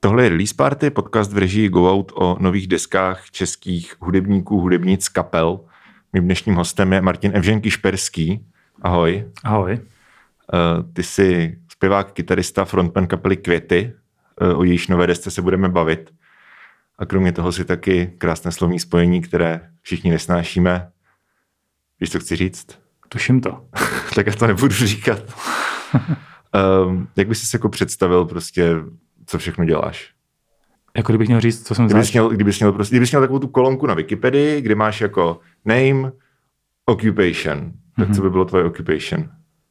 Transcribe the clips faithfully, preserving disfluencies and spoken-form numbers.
Tohle je Release Party, podcast v režii Go Out o nových deskách českých hudebníků, hudebnic, kapel. Mým dnešním hostem je Martin Evžen Kišperský. Ahoj. Ahoj. Uh, ty jsi zpěvák, kytarista, frontman kapely Květy. Uh, o jejíž nové desce se budeme bavit. A kromě toho si taky krásné slovní spojení, které všichni nesnášíme. Víš, co chci říct? Tuším to. Tak já to nebudu říkat. um, jak bys si jako představil prostě, co všechno děláš? Jako kdybych měl říct, co jsem kdybys měl, kdybys měl, prostě, kdybys měl takovou tu kolonku na Wikipedii, kde máš jako name, occupation. Tak mm-hmm. co by bylo tvoje occupation?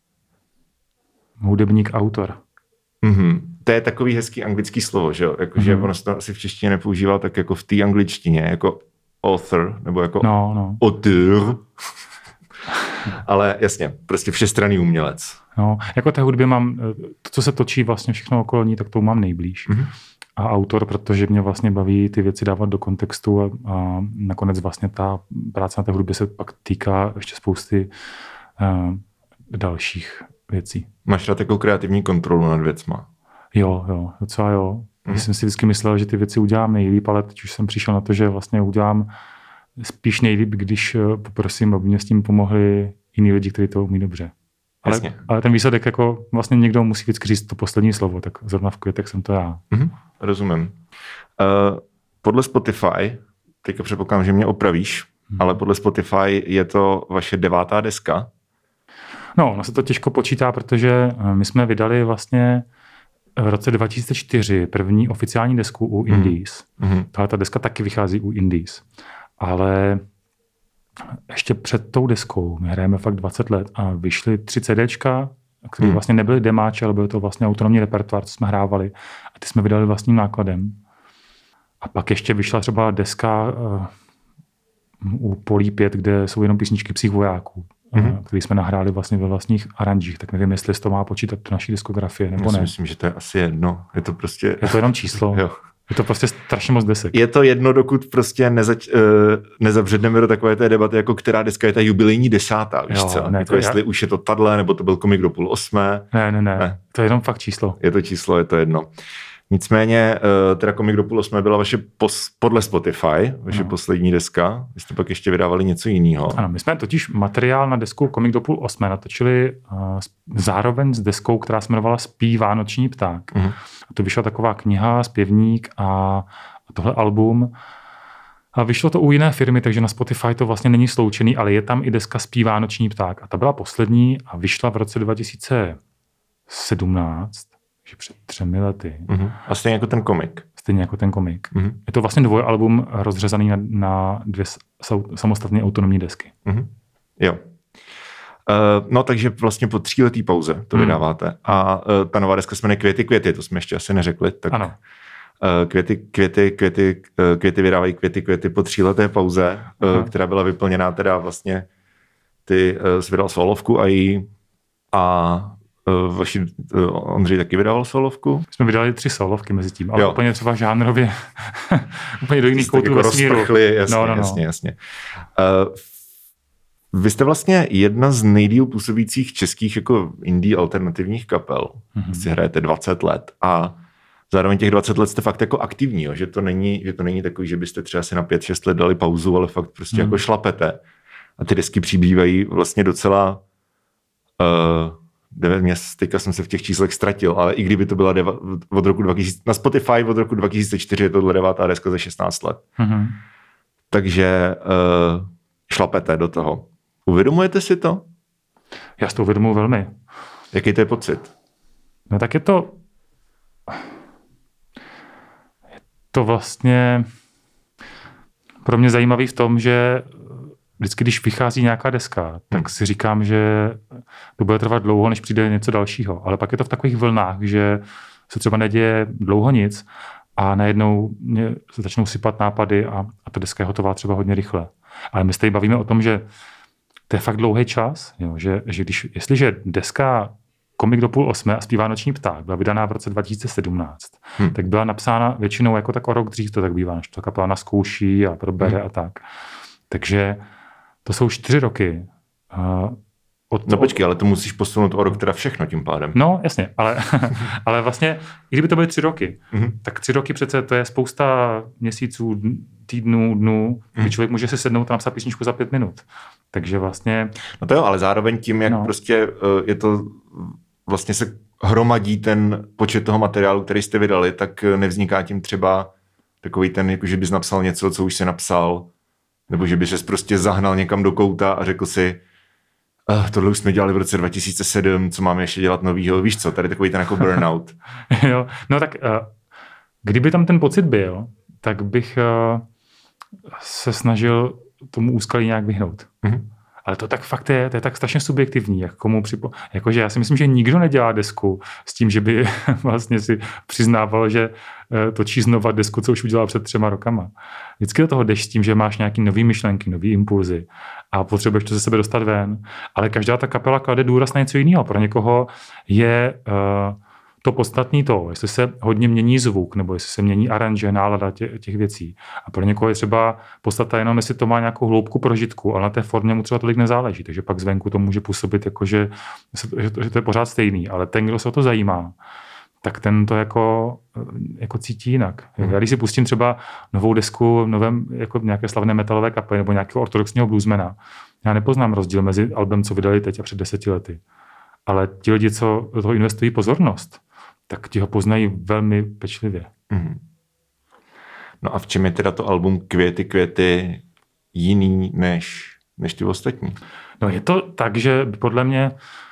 Hudebník, autor. Mm-hmm. To je takový hezký anglický slovo, že jo? Jakože mm-hmm. ono se to asi v češtině nepoužíval tak jako v té angličtině, jako author, nebo jako no, no. auteur. Ale jasně, prostě všestranný umělec. No, jako té hudbě mám, to, co se točí vlastně všechno okolo ní, tak to mám nejblíž. Mm-hmm. A autor, protože mě vlastně baví ty věci dávat do kontextu a, a nakonec vlastně ta práce na té hudbě se pak týká ještě spousty uh, dalších věcí. Máš rád jako kreativní kontrolu nad věcma? Jo, jo, docela jo. Mm. Jsem si vždycky myslel, že ty věci udělám nejlíp, ale teď už jsem přišel na to, že vlastně udělám spíš nejlíp, když poprosím, aby mě s tím pomohli jiní lidi, kteří to umí dobře. Ale, ale ten výsledek, jako vlastně někdo musí vždycky říct to poslední slovo, tak zrovna v Květech jsem to já. Mm-hmm. Rozumím. Uh, podle Spotify, teďka předpokládám, že mě opravíš, mm. ale podle Spotify je to vaše devátá deska. No, ono se to těžko počítá, protože my jsme vydali vlastně v roce dva tisíce čtyři první oficiální desku u Indies. Mm. Tahle ta deska taky vychází u Indies. Ale ještě před tou deskou my hrajeme fakt dvacet let a vyšly tři CDčka, které hmm. vlastně nebyly demáče, ale byl to vlastně autonomní repertoár, co jsme hrávali a ty jsme vydali vlastním nákladem. A pak ještě vyšla třeba deska uh, u Polí pět, kde jsou jenom písničky Psích vojáků, hmm. uh, které jsme nahráli vlastně ve vlastních aranžích, tak nevím, jestli to má počítat do naší diskografie nebo Já ne. Myslím, že to je asi jedno. Je to prostě... Je to jenom číslo. Jo. Je to prostě strašně moc desek. Je to jedno, dokud prostě nezač, uh, nezabředneme do takové té debaty, jako která deska je ta jubilejní desátá, víš jo, co? Ne, jako jestli já... už je to tadle, nebo to byl komik do půl osmé. Ne, ne, ne, ne. To je jenom fakt číslo. Je to číslo, je to jedno. Nicméně, uh, teda komik do půl osmé byla vaše pos, podle Spotify, vaše no. poslední deska. Vy jste pak ještě vydávali něco jiného. Ano, my jsme totiž materiál na desku komik do půl osmé natočili uh, zároveň s deskou, která se jmenovala Spí vánoční pták. Uh-huh. A to vyšla taková kniha, zpěvník a, a tohle album. A vyšlo to u jiné firmy, takže na Spotify to vlastně není sloučený, ale je tam i deska Spí vánoční pták. A ta byla poslední a vyšla v roce dva tisíce sedmnáct, takže před třemi lety. Uh-huh. A stejně jako ten komik. Stejně jako ten komik. Uh-huh. Je to vlastně dvojalbum rozřezaný na, na dvě samostatné autonomní desky. Uh-huh. Jo. Uh, no, takže vlastně po tříletý pauze to hmm. vydáváte. A uh, ta nová deska se jmenuje Květy, Květy, to jsme ještě asi neřekli. Tak, ano. Uh, květy, květy, květy, uh, květy vydávají Květy, Květy po tříleté pauze, uh, která byla vyplněná teda vlastně ty uh, jsi vydal solovku a jí a uh, vaši uh, Ondřej taky vydával solovku. My jsme vydali tři solovky mezi tím, ale jo. úplně třeba žánrově úplně do jiných koutů jako vesmíru. Rozprchli, jasně, no, no, no. jasně, jasně. Uh, Vy jste vlastně jedna z nejdýl působících českých jako indie alternativních kapel. Mm-hmm. Si hrajete dvacet let a zároveň těch dvacet let jste fakt jako aktivní, jo? Že to není, že to není takový, že byste třeba si na pět šest let dali pauzu, ale fakt prostě mm. jako šlapete. A ty desky přibývají vlastně docela uh, devět měsíců, teďka jsem se v těch číslech ztratil, ale i kdyby to byla deva, od roku dva tisíce, na Spotify od roku dva tisíce čtyři je tohle devátá deska za šestnáct let. Mm-hmm. Takže uh, šlapete do toho. Uvědomujete si to? Já si to uvědomuji velmi. Jaký to je pocit? No tak je to... Je to vlastně pro mě zajímavý v tom, že vždycky, když vychází nějaká deska, tak hmm. si říkám, že to bude trvat dlouho, než přijde něco dalšího. Ale pak je to v takových vlnách, že se třeba neděje dlouho nic a najednou mě se začnou sypat nápady a, a ta deska je hotová třeba hodně rychle. Ale my se tady bavíme o tom, že to je fakt dlouhý čas, jo, že, že když, jestliže deska Komik do půl osmé a Spí vánoční pták byla vydaná v roce dva tisíce sedmnáct, hmm. tak byla napsána většinou jako tak o rok dřív, to tak bývá, než to kapela naskouší a probere hmm. a tak. Takže to jsou čtyři roky uh, Od, no počkej, ale to musíš posunout o rok teda všechno tím pádem. No, jasně, ale, ale vlastně, i kdyby to byly tři roky, mm-hmm. tak tři roky přece to je spousta měsíců, týdnů, dnů, mm-hmm. kdy člověk může si sednout a napsat písničku za pět minut. Takže vlastně... No to jo, ale zároveň tím, jak no. prostě je to, vlastně se hromadí ten počet toho materiálu, který jste vydali, tak nevzniká tím třeba takový ten, jako že bys napsal něco, co už jsi napsal, nebo že bys se prostě zahnal někam do kouta a řekl si, Uh, tohle už jsme dělali v roce dva tisíce sedm, co máme ještě dělat novýho, víš co, tady takový ten jako burnout. Jo, no tak uh, kdyby tam ten pocit byl, tak bych uh, se snažil tomu úskalí nějak vyhnout. Mm-hmm. Ale to tak fakt je, to je tak strašně subjektivní, jak komu připo... Jakože já si myslím, že nikdo nedělá desku s tím, že by vlastně si přiznával, že točí znova desku, co už udělal před třema rokama. Vždycky do toho jdeš s tím, že máš nějaký nový myšlenky, nový impulzy a potřebuješ to ze sebe dostat ven. Ale každá ta kapela klade důraz na něco jiného. Pro někoho je uh, to podstatný to, jestli se hodně mění zvuk, nebo jestli se mění aranže, nálada tě, těch věcí. A pro někoho je třeba podstata jenom, jestli to má nějakou hloubku prožitku, ale na té formě mu třeba tolik nezáleží. Takže pak zvenku to může působit jako, že, že, to, že to je pořád stejný. Ale ten, kdo se o to zajímá, tak ten to jako, jako cítí jinak. Hmm. Já když si pustím třeba novou desku novém, jako nějaké slavné metalové kapely nebo nějakého ortodoxního bluesmana, já nepoznám rozdíl mezi albem, co vydali teď a před deseti lety. Ale ti lidi, co do toho investují pozornost, tak ti ho poznají velmi pečlivě. Mm. No a v čem je teda to album Květy, květy jiný než, než ty ostatní? No je to tak, že podle mě...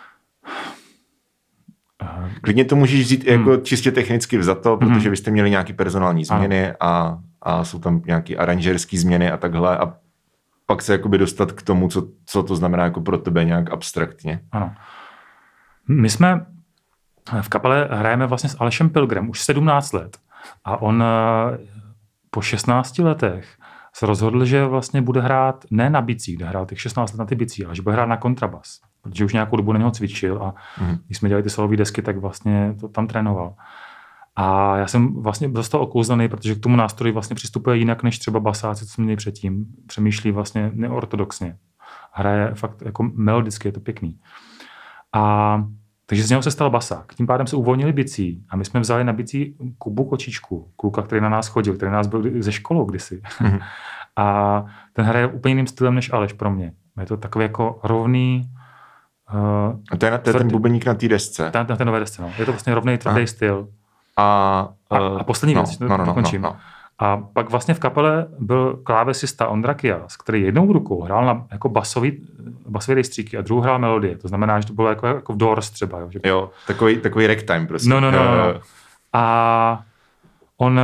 Klidně to můžeš vzít mm. jako čistě technicky vzato, protože byste měli nějaké personální změny a, a jsou tam nějaké aranžerské změny a takhle a pak se jakoby dostat k tomu, co, co to znamená jako pro tebe nějak abstraktně. Ano. My jsme v kapele hrajeme vlastně s Alešem Pilgrem už sedmnáct let a on po šestnácti letech se rozhodl, že vlastně bude hrát ne na bicích, kde hrál těch šestnáct let na ty bicí, ale že bude hrát na kontrabas, protože už nějakou dobu na něho cvičil a mm. když jsme dělali ty solové desky, tak vlastně to tam trénoval. A já jsem vlastně zase toho okouzlený, protože k tomu nástroji vlastně přistupuje jinak než třeba basáci, co jsme měli předtím. Přemýšlí vlastně neortodoxně. Hraje fakt jako melodicky, je to pěkný. A takže z něho se stal basák. Tím pádem se uvolnili bicí a my jsme vzali na bicí Kubu Kočičku, kluka, který na nás chodil, který nás byl ze školou kdysi. Mm-hmm. A ten hraje úplně jiným stylem než Aleš pro mě. Je to takový jako rovný... Uh, a to je, na, to je ten bubeník na té desce. Na té nové desce, no. Je to vlastně rovný, tvrdý styl. A, uh, a, a poslední no, věc, no, no, dokončím. No, no. A pak vlastně v kapele byl klávesista Ondra Kias, který jednou rukou hrál na jako basový, basový rejstříky a druhou hrál melodie. To znamená, že to bylo jako, jako v Doors třeba. Jo, že... jo takový, takový ragtime prostě. No, no, no, no. A on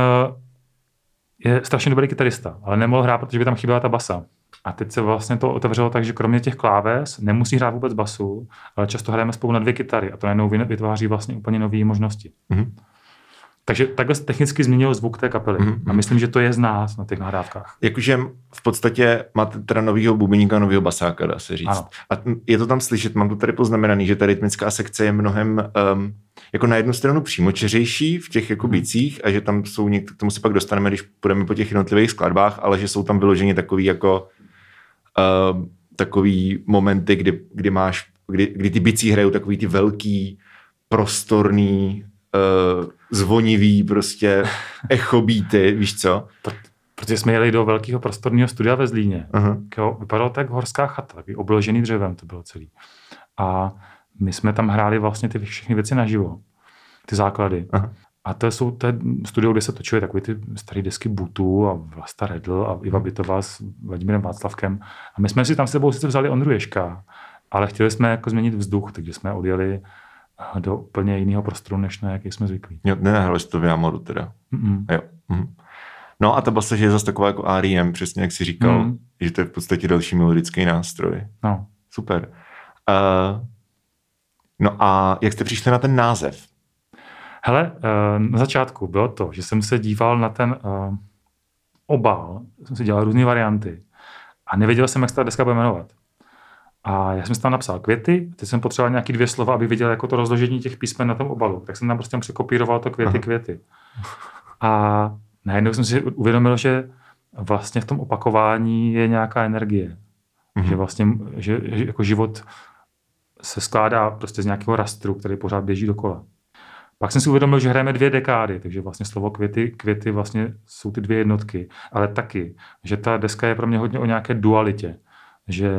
je strašně dobrý kytarista, ale nemohl hrát, protože by tam chyběla ta basa. A teď se vlastně to otevřelo tak, že kromě těch kláves nemusí hrát vůbec basu, ale často hrajeme spolu na dvě kytary a to najednou vytváří vlastně úplně nové možnosti. Mm-hmm. Takže takhle se technicky změnil zvuk té kapely. Mm-hmm. A myslím, že to je z nás na těch nahrávkách. Jakože v podstatě máte teda novýho bubeníka, novýho basáka, dá se říct. Ano. A je to tam slyšet, mám to tady poznamenaný, že ta rytmická sekce je mnohem um, jako na jednu stranu přímočeřejší v těch jako bicích a že tam jsou, něk- k tomu se pak dostaneme, když půjdeme po těch jednotlivých skladbách, ale že jsou tam vyloženě takový jako uh, takový momenty, kdy, kdy máš, kdy, kdy ty bicí hrajou takový ty velký, prostorný, Uh, zvonivý prostě echo beaty, víš co? Protože jsme jeli do velkého prostorného studia ve Zlíně. Uh-huh. Vypadalo tak horská chata, takový obložený dřevem to bylo celý. A my jsme tam hráli vlastně ty všechny věci naživo. Ty základy. Uh-huh. A to jsou to je studio, kde se točily takové ty staré desky Butu a Vlasta Redl a Iva Bytová s Vladimírem Václavkem. A my jsme si tam s sebou sice vzali Ondru Ježka, ale chtěli jsme jako změnit vzduch, takže jsme odjeli do úplně jiného prostoru, než na jaký jsme zvyklí. Jo, nenahrali jste to v Jamoru teda. Mm-mm. Jo. Mm. No a ta basa, že je zase taková jako R E M, přesně jak jsi říkal, mm. že to je v podstatě další melodický nástroj. No. Super. Uh, no a jak jste přišli na ten název? Hele, uh, na začátku bylo to, že jsem se díval na ten uh, obal, jsem si dělal různé varianty a nevěděl jsem, jak se ta deska bude jmenovat. A já jsem si tam napsal květy, teď jsem potřeboval nějaký dvě slova, aby viděl jako to rozložení těch písmen na tom obalu. Tak jsem tam prostě překopíroval to květy, Aha. květy. A najednou jsem si uvědomil, že vlastně v tom opakování je nějaká energie. Mm-hmm. Že vlastně, že, že jako život se skládá prostě z nějakého rastru, který pořád běží dokola. Pak jsem si uvědomil, že hrajeme dvě dekády, takže vlastně slovo květy, květy vlastně jsou ty dvě jednotky, ale taky, že ta deska je pro mě hodně o nějaké dualitě, že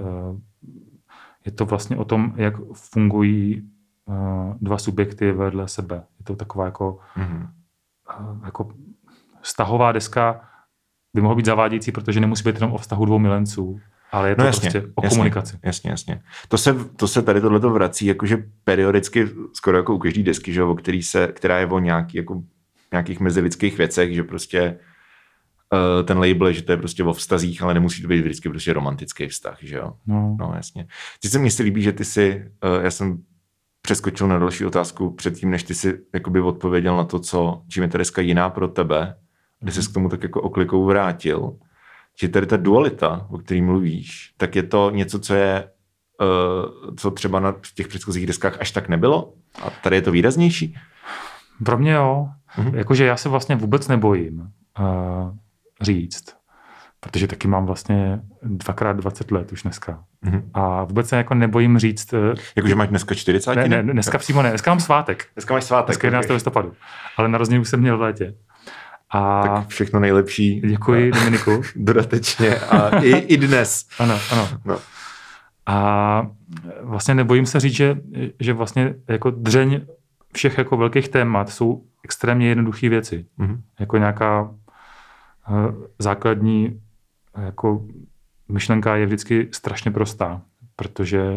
je to vlastně o tom, jak fungují dva subjekty vedle sebe. Je to taková jako, mm-hmm. jako vztahová deska, by mohla být zavádějící, protože nemusí být jenom o vztahu dvou milenců, ale je to no jasně, prostě o jasně, komunikaci. Jasně, jasně. To se, to se tady tohleto vrací, jakože periodicky, skoro jako u každý desky, že, o který se, která je o nějaký, jako, nějakých mezilidských věcech, že prostě uh, ten label, že to je prostě o vztazích, ale nemusí to být vždycky prostě romantický vztah, že jo? No, no jasně. Teď se mně se líbí, že ty si, uh, já jsem přeskočil na další otázku předtím, než ty si jakoby odpověděl na to, co, čím je ta deska jiná pro tebe, kde jsi k tomu tak jako oklikou vrátil. Že tady ta dualita, o který mluvíš, tak je to něco, co je, uh, co třeba na těch předchozích deskách až tak nebylo? A tady je to výraznější? Pro mě jo. Mm-hmm. Jakože já se vlastně vůbec nebojím uh, říct, protože taky mám vlastně dvakrát dvacet let už dneska. Mm-hmm. A vůbec se jako nebojím říct... Uh, Jakože máš dneska čtyřicet? Ne, ne, dneska přímo ne. Dneska mám svátek. Dneska máš svátek. Dneska jedenáctého listopadu. Ale narozeniny jsem měl v létě. A tak všechno nejlepší. Děkuji, Dominiku. Dodatečně a i, i dnes. Ano, ano. No. A vlastně nebojím se říct, že, že vlastně jako dřeň všech jako velkých témat jsou extrémně jednoduché věci. Mm-hmm. Jako nějaká uh, základní jako myšlenka je vždycky strašně prostá, protože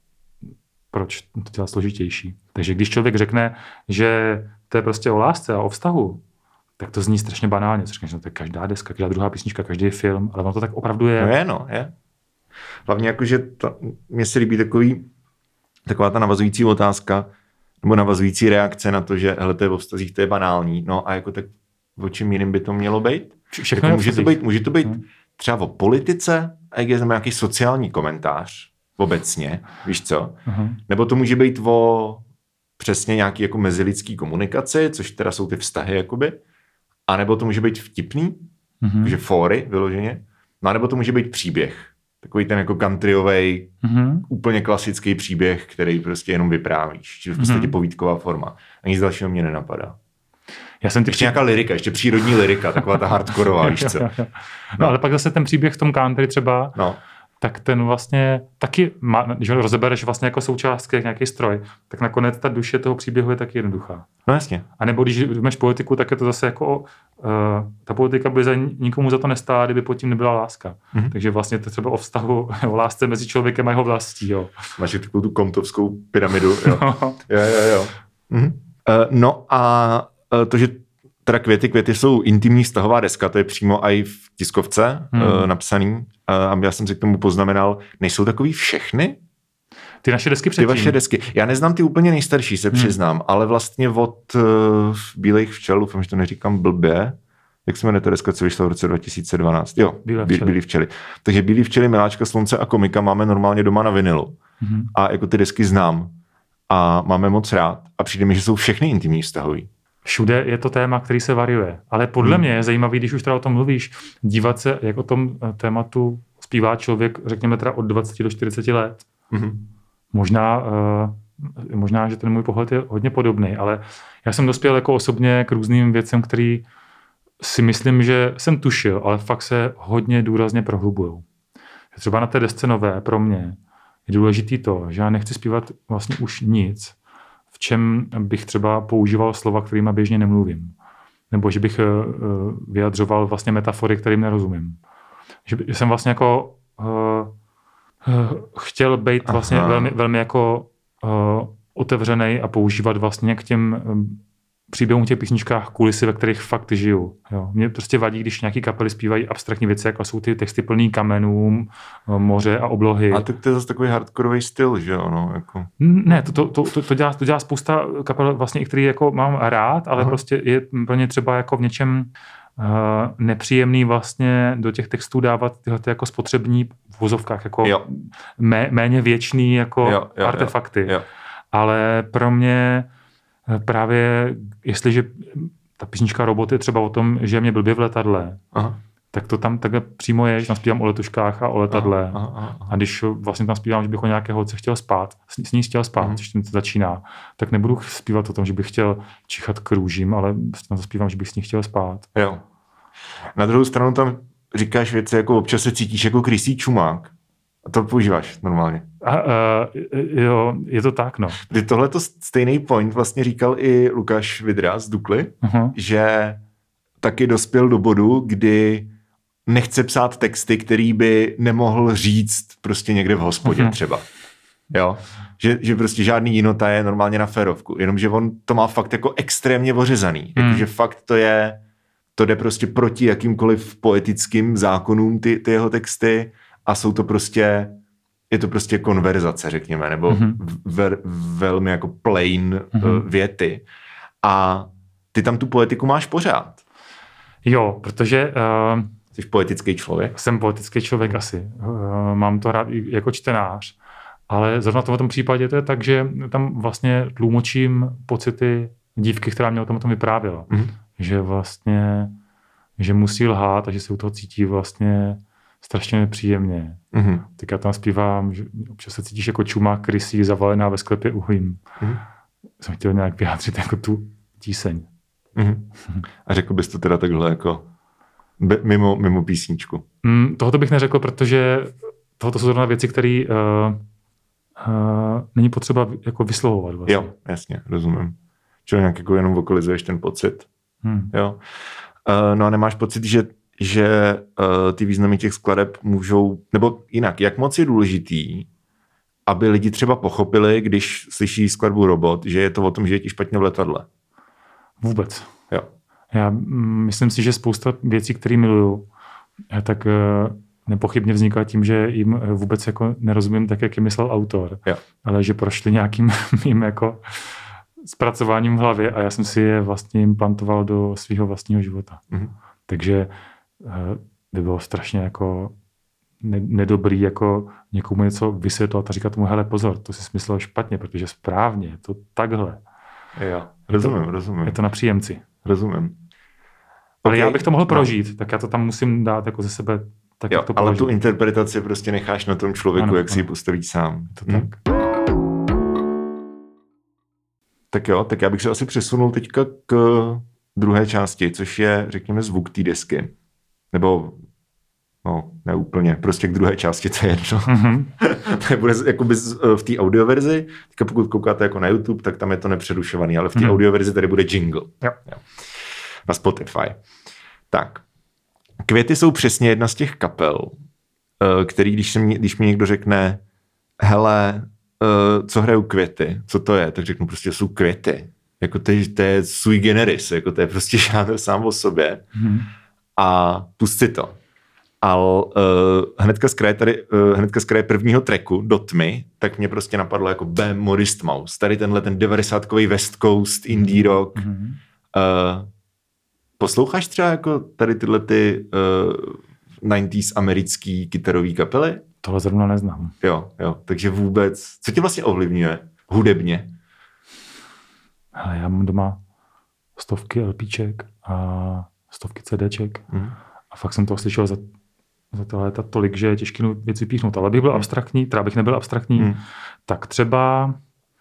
proč to dělat složitější. Takže když člověk řekne, že to je prostě o lásce a o vztahu, tak to zní strašně banálně. Řekneš, no to je každá deska, každá druhá písnička, každý film, ale ono to tak opravdu je. No je, no, je. Hlavně jakože mně se líbí takový, taková ta navazující otázka, nebo navazující reakce na to, že hele, to je o vztazích, to je banální. No a jako tak o čem jiným by to mělo být? Všechno jako může, to být může to být hmm. třeba o politice, a jak je tam nějaký sociální komentář obecně, víš co? Hmm. Nebo to může být o přesně nějaký jako mezilidský komunikaci, což teda jsou ty vztahy jakoby. A nebo to může být vtipný, mm-hmm. takže fóry vyloženě. No a nebo to může být příběh. Takový ten jako countryovej, mm-hmm. úplně klasický příběh, který prostě jenom vyprávíš. Čiže v podstatě mm-hmm. povídková forma. A nic dalšího mě nenapadá. Já jsem ještě při... nějaká lyrika, ještě přírodní lyrika, taková ta hardkorová, víš co. No. no ale pak zase ten příběh v tom country třeba, no. tak ten vlastně taky, má, když ho rozebereš vlastně jako součástky, jak nějaký stroj, tak nakonec ta duše toho příběhu je taky jednoduchá. No jasně. A nebo když máš politiku, tak je to zase jako, uh, ta politika by za nikomu za to nestála, kdyby pod tím nebyla láska. Mm-hmm. Takže vlastně to třeba o vztahu, o lásce mezi člověkem a jeho vlastí, jo. Máš takovou tu komtovskou pyramidu, jo. No. Jo, jo, jo. Mm-hmm. Uh, no a uh, to, že teda květy, květy jsou intimní vztahová deska, to je přímo i v tiskovce hmm. uh, napsaný. Uh, a já jsem si k tomu poznamenal, nejsou takový všechny? Ty naše desky předtím. Ty vaše desky. Já neznám ty úplně nejstarší, se hmm. přiznám, ale vlastně od uh, Bílých včel, doufám, že to neříkám blbě, jak se jmenuje ta deska, co vyšla v roce dva tisíce dvanáct. Jo, Bílé včely. Bílý včely. Takže Bílý včely, Miláčka slunce a komika máme normálně doma na vinilu. Hmm. A jako ty desky znám. A máme moc rád. A přijde mi, že jsou všechny intimní vztahový. Všude je to téma, který se variuje. Ale podle hmm. mě je zajímavý, když už teda o tom mluvíš, dívat se, jak o tom tématu zpívá člověk, řekněme teda od dvaceti do čtyřiceti let. Hmm. Možná, uh, možná, že ten můj pohled je hodně podobný, ale já jsem dospěl jako osobně k různým věcem, který si myslím, že jsem tušil, ale fakt se hodně důrazně prohlubujou. Třeba na té desce nové pro mě je důležitý to, že já nechci zpívat vlastně už nic, v čem bych třeba používal slova, kterýma běžně nemluvím. Nebo že bych vyjadřoval vlastně metafory, kterým nerozumím. Že jsem vlastně jako uh, chtěl být vlastně velmi, velmi jako uh, otevřenej a používat vlastně k těm um, příběhům v těch písničkách kulisy, ve kterých fakt žiju. Jo. Mě prostě vadí, když nějaký kapely zpívají abstraktní věci, jako jsou ty texty plný kamenů, moře a oblohy. A to je zase takový hardkorový styl, že ano? Jako... Ne, to, to, to, to, dělá, to dělá spousta kapel, vlastně, který jako mám rád, ale Aha. prostě je plně třeba jako v něčem uh, nepříjemný vlastně do těch textů dávat tyhle jako spotřební v vozovkách, jako mé, méně věčný jako jo, jo, artefakty. Jo, jo. Ale pro mě právě, jestliže ta písnička Robot je třeba o tom, že mě blbě v letadle, Aha. tak to tam takhle přímo je, že tam zpívám o letuškách a o letadle. Aha, aha, aha. A když vlastně tam zpívám, že bych o nějaké holce chtěl spát, s ní chtěl spát, když mm. to začíná, tak nebudu zpívat o tom, že bych chtěl čichat k růžím, ale tam zpívám, že bych s ní chtěl spát. Jo. Na druhou stranu tam říkáš věci, jako občas se cítíš jako krysí čumák. A to používáš normálně. A, uh, jo, je to tak, no. Tohleto stejný point vlastně říkal i Lukáš Vidra z Dukly, uh-huh. že taky dospěl do bodu, kdy nechce psát texty, který by nemohl říct prostě někde v hospodě uh-huh. třeba. Jo? Že, že prostě žádný jinota je normálně na férovku. Jenomže on to má fakt jako extrémně ořezaný. Uh-huh. Jakože fakt to je, to jde prostě proti jakýmkoliv poetickým zákonům ty, ty jeho texty a jsou to prostě, je to prostě konverzace, řekněme, nebo uh-huh. ve, velmi jako plain uh-huh. věty. A ty tam tu poetiku máš pořád. Jo, protože... Uh... Jsi poetický člověk? Jsem poetický člověk asi. Uh, mám to rád jako čtenář. Ale zrovna v tomto případě to je tak, že tam vlastně tlumočím pocity dívky, která mě o tom, o tom vyprávěla. Mm. Že vlastně, že musí lhát a že se u toho cítí vlastně strašně nepříjemně. Mm. Tak já tam zpívám, že občas se cítíš jako čumák krysí zavalená ve sklepě uhlím. Mm. Jsem chtěl nějak vyjádřit jako tu tíseň. Mm. A řekl bys to teda takhle jako be, mimo, mimo písničku? Mm, tohoto bych neřekl, protože tohoto jsou zrovna věci, které uh, uh, není potřeba jako vyslovovat. Vlastně. Jo, jasně, rozumím. Čili nějak jako jenom vokalizuješ ten pocit. Hmm. Jo. Uh, no a nemáš pocit, že, že uh, ty významy těch skladeb můžou, nebo jinak, jak moc je důležitý, aby lidi třeba pochopili, když slyší skladbu Robot, že je to o tom, že je ti špatně v letadle? Vůbec. Jo. Já myslím si, že spousta věcí, které miluju, tak nepochybně vzniká tím, že jim vůbec jako nerozumím tak, jak je myslel autor, jo. Ale že prošli nějakým mým jako zpracováním v hlavě a já jsem si je vlastně implantoval do svého vlastního života. Mhm. Takže by bylo strašně jako nedobrý jako někomu něco vysvětlovat a říkat tomu, hele pozor, to jsi myslel špatně, protože správně, je to takhle. Jo, rozumím, je to, rozumím. Je to na příjemci. Rozumím. Ale okay. já bych to mohl prožít, no. Tak já to tam musím dát jako ze sebe tak, jo, jak to ale položit. Tu interpretaci prostě necháš na tom člověku, ano, jak ano. si ji postaví sám. To hm? tak. Tak jo, tak já bych se asi přesunul teďka k druhé části, což je, řekněme, zvuk té desky. Nebo, no, ne úplně, prostě k druhé části, to je jedno. Mm-hmm. To bude jakoby v té audioverzi. Teďka pokud koukáte jako na YouTube, tak tam je to nepřerušovaný, ale v té mm-hmm. audioverzi tady bude jingle. Jo. Jo. Na Spotify. Tak. Květy jsou přesně jedna z těch kapel, který, když, se mě, když mi někdo řekne, hele, co hrajou Květy, co to je, tak řeknu prostě, jsou Květy. Jako to je, to je sui generis, jako to je prostě žánr sám o sobě. Hmm. A pust si to. A uh, hnedka z kraje tady, uh, hnedka z kraje prvního tracku do tmy, tak mě prostě napadlo jako Bam, Modest Mouse. Tady tenhle ten devadesátkový West Coast, indie rock. Hmm. Uh, posloucháš třeba jako tady tyhle ty uh, devadesátých americký kytarový kapely? Tohle zrovna neznám. Jo, jo, takže vůbec. Co tě vlastně ovlivňuje hudebně? Hele, já mám doma stovky LPček a stovky CDček mm. a fakt jsem toho slyšel za, za ta léta tolik, že je těžké věc vypíchnout. Ale bych byl mm. abstraktní, teda bych nebyl abstraktní, mm. tak třeba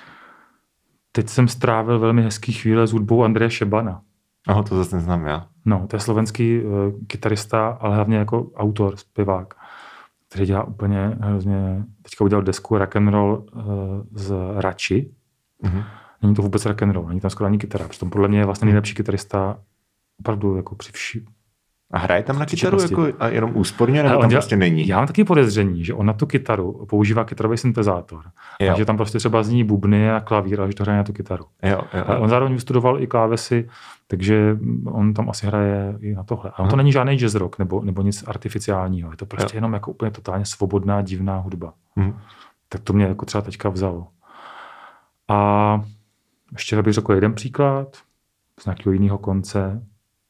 teď jsem strávil velmi hezký chvíle s hudbou Andreje Šebana. Aha, to zase neznám já. No, to je slovenský uh, kytarista, ale hlavně jako autor, zpěvák, který dělá úplně hrozně, teďka udělal desku rock'n'roll uh, z Rači. Mm-hmm. Není to vůbec rock'n'roll, není tam skoro ani kytara. Přitom podle mě je vlastně nejlepší kytarista opravdu jako při vší. A hraje tam na kytaru jako a jenom úsporně, nebo tam dělá, prostě není? Já mám taky podezření, že on na tu kytaru používá kytarový syntezátor. Jo. A že tam prostě třeba zní bubny a klavír a že to hraje na tu kytaru. Jo, jo, a on zároveň vystudoval i klávesy, takže on tam asi hraje i na tohle. A on to není žádný jazz rock nebo, nebo nic artificiálního. Je to prostě jo. jenom jako úplně totálně svobodná, divná hudba. Hmm. Tak to mě jako třeba teďka vzalo. A ještě bych řekl jeden příklad z nějakého jiného konce.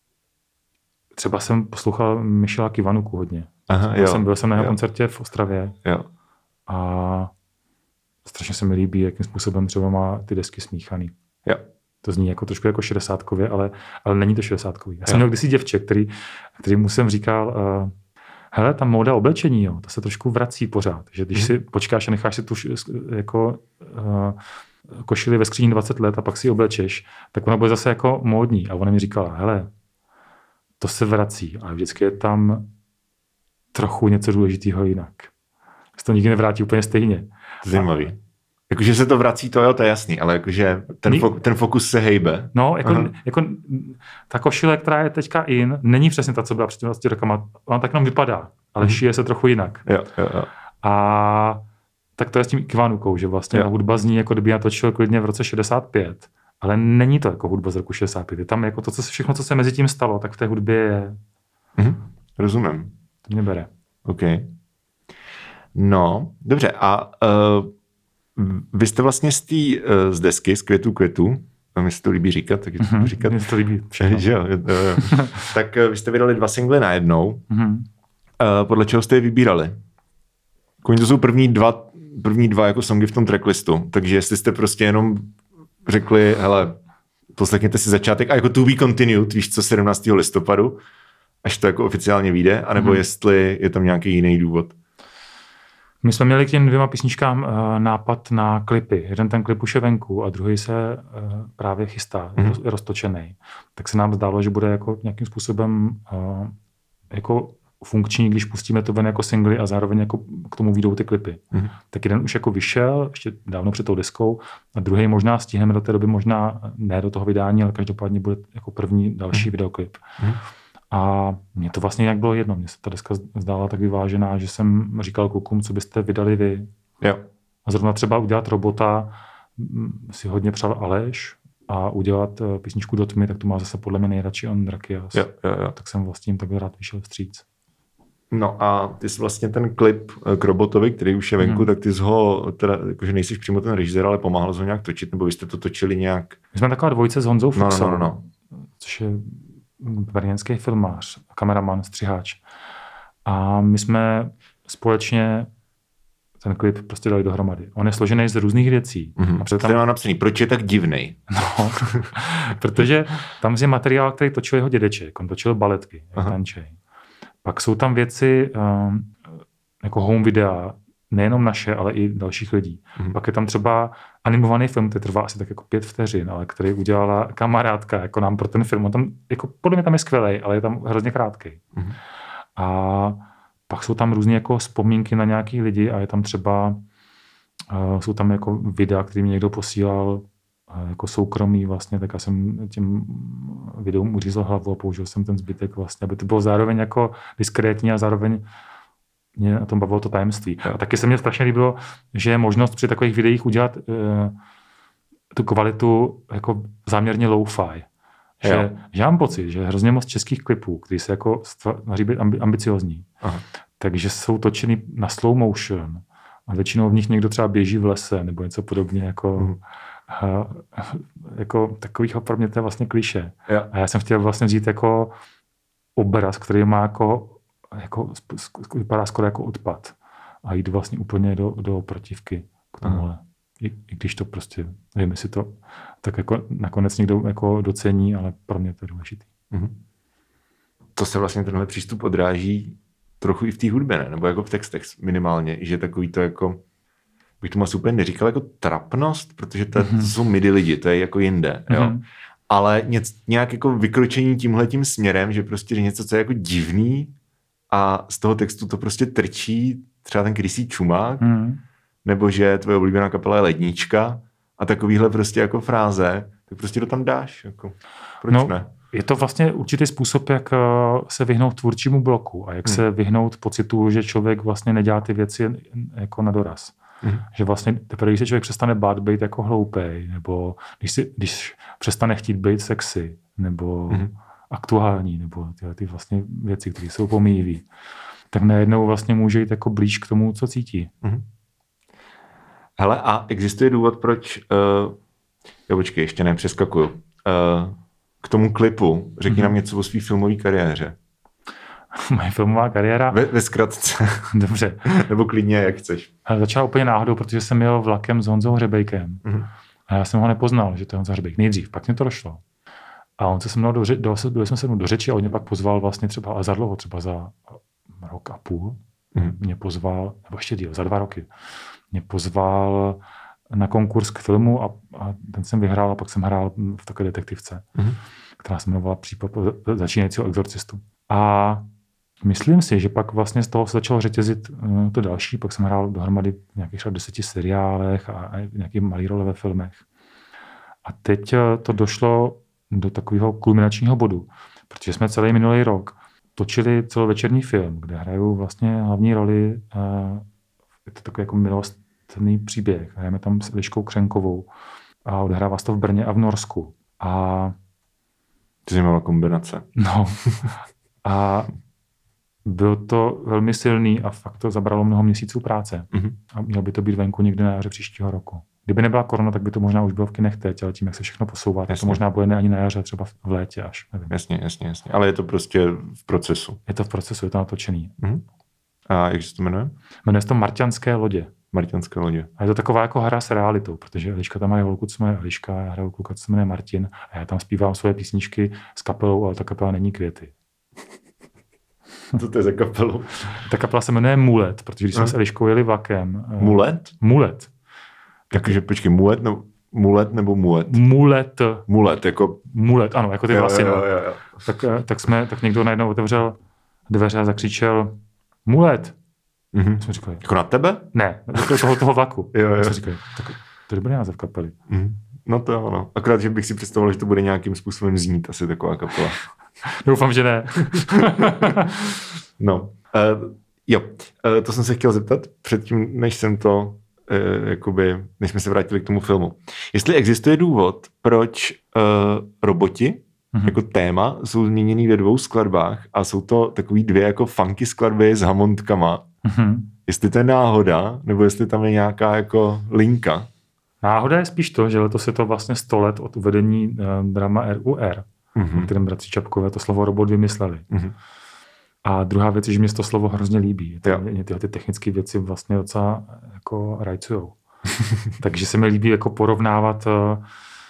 Třeba jsem poslouchal Michela Kivanuku hodně. Aha, byl, jsem, byl jsem na jeho jo. koncertě v Ostravě jo. a strašně se mi líbí, jakým způsobem třeba má ty desky smíchaný. Jo. To zní jako trošku jako šedesátkově, ale, ale není to šedesátkový. Já jsem měl kdysi děvče, který, který mu jsem říkal, uh, hele, ta móda oblečení, jo, to se trošku vrací pořád. Že když si počkáš a necháš si tu jako, uh, košili ve skříni dvacet let a pak si ji oblečeš, tak ona bude zase jako módní. A ona mi říkala, hele, to se vrací, ale vždycky je tam trochu něco důležitého jinak. Se to nikdy nevrátí úplně stejně. Zajímavý. Jakože se to vrací, to jo, to je jasný, ale jakože ten, fo- ten fokus se hejbe. No, jako, jako ta košile, která je teďka in, není přesně ta, co byla před dvaceti rokama. Ona tak nám vypadá, ale mm. šije se trochu jinak. Jo, jo, jo. A tak to je s tím Ivanukou, že vlastně ta hudba zní, jako kdyby natočil klidně v roce šedesát pět, ale není to jako hudba z roku šedesát pět. Je tam jako to, co se, všechno, co se mezi tím stalo, tak v té hudbě je... Mm. Rozumím. To mě bere. OK. No, dobře. A uh, vy jste vlastně z, tý, uh, z desky, z Květu květu, a mi se to líbí říkat, tak je to mm-hmm. říkat. Mně se to líbí všechno. Že jo, jo, jo. Tak uh, vy jste vydali dva singly najednou. Mm-hmm. Uh, podle čeho jste je vybírali? Koně to jsou první dva, první dva jako songy v tom tracklistu, takže jestli jste prostě jenom řekli, hele, poslechněte si začátek a jako to be continued, víš co, sedmnáctého listopadu, až to jako oficiálně vyjde, anebo mm-hmm. jestli je tam nějaký jiný důvod. My jsme měli k těm dvěma písničkám uh, nápad na klipy. Jeden ten klip už je venku a druhý se uh, právě chystá, mm-hmm. je roztočený. Tak se nám zdálo, že bude jako nějakým způsobem uh, jako funkční, když pustíme to ven jako singly a zároveň jako k tomu vyjdou ty klipy. Mm-hmm. Tak jeden už jako vyšel, ještě dávno před tou deskou, a druhý možná stihneme do té doby, možná ne do toho vydání, ale každopádně bude jako první další mm-hmm. videoklip. Mm-hmm. A mně to vlastně nějak bylo jedno. Mně se ta deska zdála tak vyvážená, že jsem říkal klukům, co byste vydali vy. Jo. A zrovna třeba udělat Robota si hodně přál Aleš a udělat písničku Do tmy, tak to má zase podle mě nejradši on Rakias. Jo, jo, jo. Tak jsem vlastně jim takhle rád vyšel vstříc. No a ty jsi vlastně ten klip k Robotovi, který už je venku, hmm. tak ty jsi ho, teda, jakože nejsi přímo ten režisér, ale pomáhal jsi ho nějak točit, nebo vy jste to točili nějak? My jsme taková dvojice s Honzou Fuchsou, no, no, no, no. což je brněnský filmář, kameraman, střiháč. A my jsme společně ten klip prostě dali dohromady. On je složený z různých věcí. Mm-hmm. A tam... Tady mám napsaný, proč je tak divnej? No, protože tam je materiál, který točil jeho dědeček. On točil baletky, jak tančej. Pak jsou tam věci um, jako home videa, nejenom naše, ale i dalších lidí. Mm-hmm. Pak je tam třeba animovaný film, který trvá asi tak jako pět vteřin, ale který udělala kamarádka jako nám pro ten film. On tam, jako, podle mě tam je skvělej, ale je tam hrozně krátký. Mm-hmm. A pak jsou tam různé jako vzpomínky na nějaký lidi a je tam třeba, uh, jsou tam jako videa, který mi někdo posílal uh, jako soukromý vlastně, tak já jsem těm videům uřízl hlavu a použil jsem ten zbytek vlastně, aby to bylo zároveň jako diskrétní a zároveň mě na tom bavilo to tajemství. A taky se mně strašně líbilo, že je možnost při takových videích udělat uh, tu kvalitu jako záměrně low-fi. Že, že mám pocit, že hrozně moc českých klipů, který se jako snaží být ambi- ambiciozní, Aha. takže jsou točeny na slow motion a většinou v nich někdo třeba běží v lese nebo něco podobně jako, mm. a, jako takových pro mě to je vlastně klišé. Ja. A já jsem chtěl vlastně vzít jako obraz, který má jako jako, vypadá skoro jako odpad a jít vlastně úplně do, do protivky k tomuhle. I, I když to prostě, nevím, jestli to tak jako nakonec někdo jako docení, ale pro mě to je důležitý. Mm-hmm. To se vlastně tenhle přístup odráží trochu i v té hudbě, ne? Nebo jako v textech minimálně, že takový to jako, bych tomu asi úplně neříkal jako trapnost, protože to, mm-hmm. to jsou midi lidi, to je jako jinde, mm-hmm. jo. Ale něco, nějak jako vykročení tímhletím směrem, že prostě něco, co je jako divný, a z toho textu to prostě trčí třeba ten krysí čumák, mm. nebo že tvoje oblíbená kapela je Lednička a takovýhle prostě jako fráze, tak prostě to tam dáš. Jako, proč no, ne? Je to vlastně určitý způsob, jak se vyhnout tvůrčímu bloku a jak mm. se vyhnout pocitu, že člověk vlastně nedělá ty věci jako na doraz. Mm. Že vlastně teprve, když se člověk přestane bát být jako hloupej, nebo když, si, když přestane chtít být sexy, nebo mm. aktuální, nebo tyhle ty vlastně věci, které jsou pomíjivý, tak najednou vlastně může jít jako blíž k tomu, co cítí. Mm-hmm. Hele, a existuje důvod, proč, uh, jo, počkej, ještě nepřeskakuju, uh, k tomu klipu, řekni mm-hmm. nám něco o svý filmové kariéře. Moje filmová kariéra? Ve, ve zkratce. Dobře. Nebo klidně, jak chceš. Začala úplně náhodou, protože jsem jel vlakem s Honzou Hřebejkem. Mm-hmm. A já jsem ho nepoznal, že to je Honza Hřbejk. Nejdřív, pak mě to došlo. A on se se mnou do, do, byli jsme se mnou do řeči a on mě pak pozval vlastně třeba, ale za dlouho, třeba za rok a půl, mm. mě pozval, nebo ještě díl, za dva roky, mě pozval na konkurs k filmu a, a ten jsem vyhrál a pak jsem hrál v takové detektivce, mm. která se jmenovala Případ začínajícího exorcistu. A myslím si, že pak vlastně z toho se začalo řetězit uh, to další, pak jsem hrál dohromady v nějakých třeba deseti seriálech a, a nějakých malý role ve filmech. A teď uh, to došlo do takového kulminačního bodu, protože jsme celý minulý rok točili celovečerní film, kde hrajou vlastně hlavní roli, uh, je to takový jako milostný příběh, hrajeme tam s Eliškou Křenkovou a odehrává se to v Brně a v Norsku. A zajímavá kombinace. No. A byl to velmi silný a fakt to zabralo mnoho měsíců práce. Mm-hmm. A mělo by to být venku někdy na jaře příštího roku. Kdyby nebyla korona, tak by to možná už bylo v kinech teď, ale tím, jak se všechno posouvá, tak to možná bude ne ani na jaře, třeba v létě až. Nevím. Jasně, jasně, jasně. Ale je to prostě v procesu. Je to v procesu, je to natočený. Mm-hmm. A jak se to jmenuje? Jmenuje se to Marťanské lodě. Marťanské lodě. A je to taková jako hra s realitou, protože Eliška tam hraje holku, co se jmenuje Eliška, já hraju kluka, co se jmenuje Martin a já tam zpívám svoje písničky s kapelou, ale ta kapela není Květy. Co to je za kapelu? Ta kapela se jmenuje Mulet, protože když jsme s Eliškou jeli vlakem. Mulet? Mulet. Takže počkej, mulet, no, mulet nebo mulet? Mulet. Mulet, jako... Mulet, ano, jako ty jo, vlasy. Jo, jo, jo. Tak, tak, jsme, tak někdo najednou otevřel dveře a zakřičel Mulet. Mm-hmm. Jsme říkali. Jako na tebe? Ne, do toho, toho vlaku. jo, jo. Jsme říkali, tak to je dobrý název kapely. Mm-hmm. No to jo, no. Akorát, že bych si představoval, že to bude nějakým způsobem znít asi taková kapela. Doufám, že ne. No, uh, jo, uh, to jsem se chtěl zeptat předtím, než jsem to, uh, jakoby, než jsme se vrátili k tomu filmu. Jestli existuje důvod, proč uh, roboti mm-hmm. jako téma jsou zmíněný ve dvou skladbách a jsou to takový dvě jako funky skladby s hamontkama. Mm-hmm. Jestli to je náhoda, nebo jestli tam je nějaká jako linka. Náhoda je spíš to, že letos je to vlastně sto let od uvedení uh, drama R U R, mm-hmm. o kterém bratři Čapkové to slovo robot vymysleli. Mm-hmm. A druhá věc je, že mě to slovo hrozně líbí. Mě tyhle ty technické věci vlastně docela jako rajcujou. Takže se mi líbí jako porovnávat uh,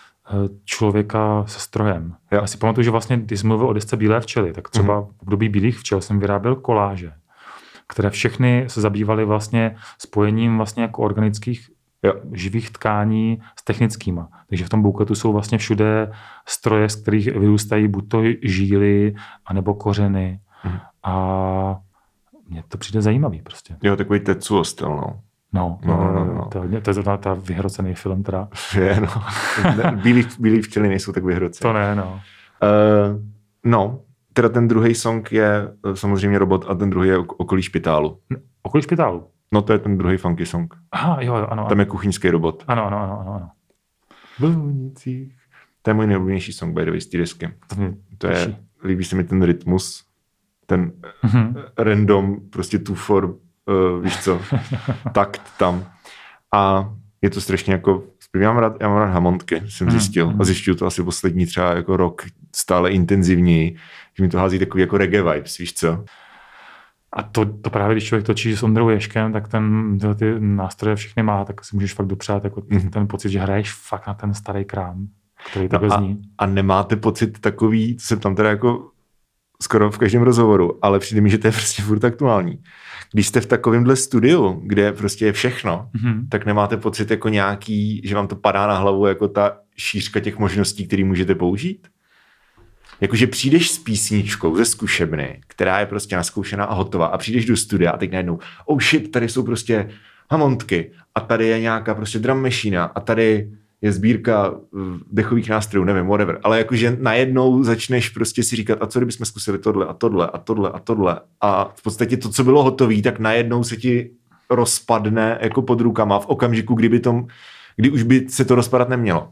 člověka se strojem. Jo. Já si pamatuju, že vlastně, když jsem mluvil o desce Bílé včely, tak třeba mm-hmm. v období Bílých včel jsem vyráběl koláže, které všechny se zabývaly vlastně spojením vlastně jako organických jo. živých tkání s technickýma. Takže v tom boukletu jsou vlastně všude stroje, z kterých vyrůstají buď to žíly, anebo kořeny. Mm. A mně to přijde zajímavý prostě. Jo, takový Tetsuo styl, no. No, no, no, no, no. To, to je zrovna ta vyhrocený film teda. Je, no. Bílý, bílý včely nejsou tak vyhrocený. To ne, no. Uh, no, teda ten druhý song je samozřejmě Robot a ten druhý je Okolí špitálu. Okolí špitálu? No to je ten druhý funky song. Aha, jo, jo, ano. Tam je kuchyňský robot. Ano, ano, ano, ano. ano. Blunicích. To je můj nejoblíbenější song, by the way, z té desky. To, to je, líbí se mi ten rytmus, ten mm-hmm. random, prostě two for, uh, víš co, takt tam. A je to strašně jako, já mám rád, já mám rád hamontky, jsem zjistil. Mm-hmm. A zjišťuju to asi poslední třeba jako rok stále intenzivněji, že mi to hází takový jako reggae vibes, víš co. A to, to právě, když člověk točí s Ondrou Ježkem, tak ten ty nástroje všechny má, tak si můžeš fakt dopřát jako mm-hmm. ten pocit, že hraješ fakt na ten starý krám, který takhle no zní. A nemáte pocit takový, co jsem tam teda jako skoro v každém rozhovoru, ale přijde mi, že to je prostě furt aktuální. Když jste v takovémhle studiu, kde prostě je všechno, mm-hmm. tak nemáte pocit jako nějaký, že vám to padá na hlavu jako ta šířka těch možností, které můžete použít? Jakože přijdeš s písničkou ze zkušebny, která je prostě naskoušená a hotová a přijdeš do studia a teď najednou, oh shit, tady jsou prostě hamontky a tady je nějaká prostě drum machine a tady je sbírka dechových nástrojů, nevím, whatever. Ale jakože najednou začneš prostě si říkat, a co kdybychom zkusili tohle a tohle a tohle a tohle a v podstatě to, co bylo hotové, tak najednou se ti rozpadne jako pod rukama v okamžiku, kdyby tom, kdy už by se to rozpadat nemělo.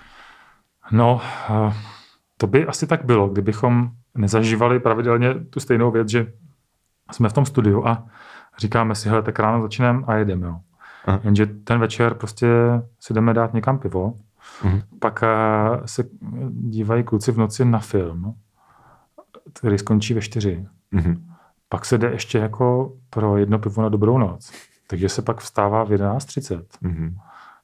No, uh... to by asi tak bylo, kdybychom nezažívali pravidelně tu stejnou věc, že jsme v tom studiu a říkáme si, hele, tak ráno začneme a jedeme, jo. Aha. Jenže ten večer prostě si jdeme dát někam pivo, uh-huh. pak se dívají kluci v noci na film, který skončí ve čtyři. Uh-huh. Pak se jde ještě jako pro jedno pivo na dobrou noc. Takže se pak vstává v jedenáct třicet. Uh-huh.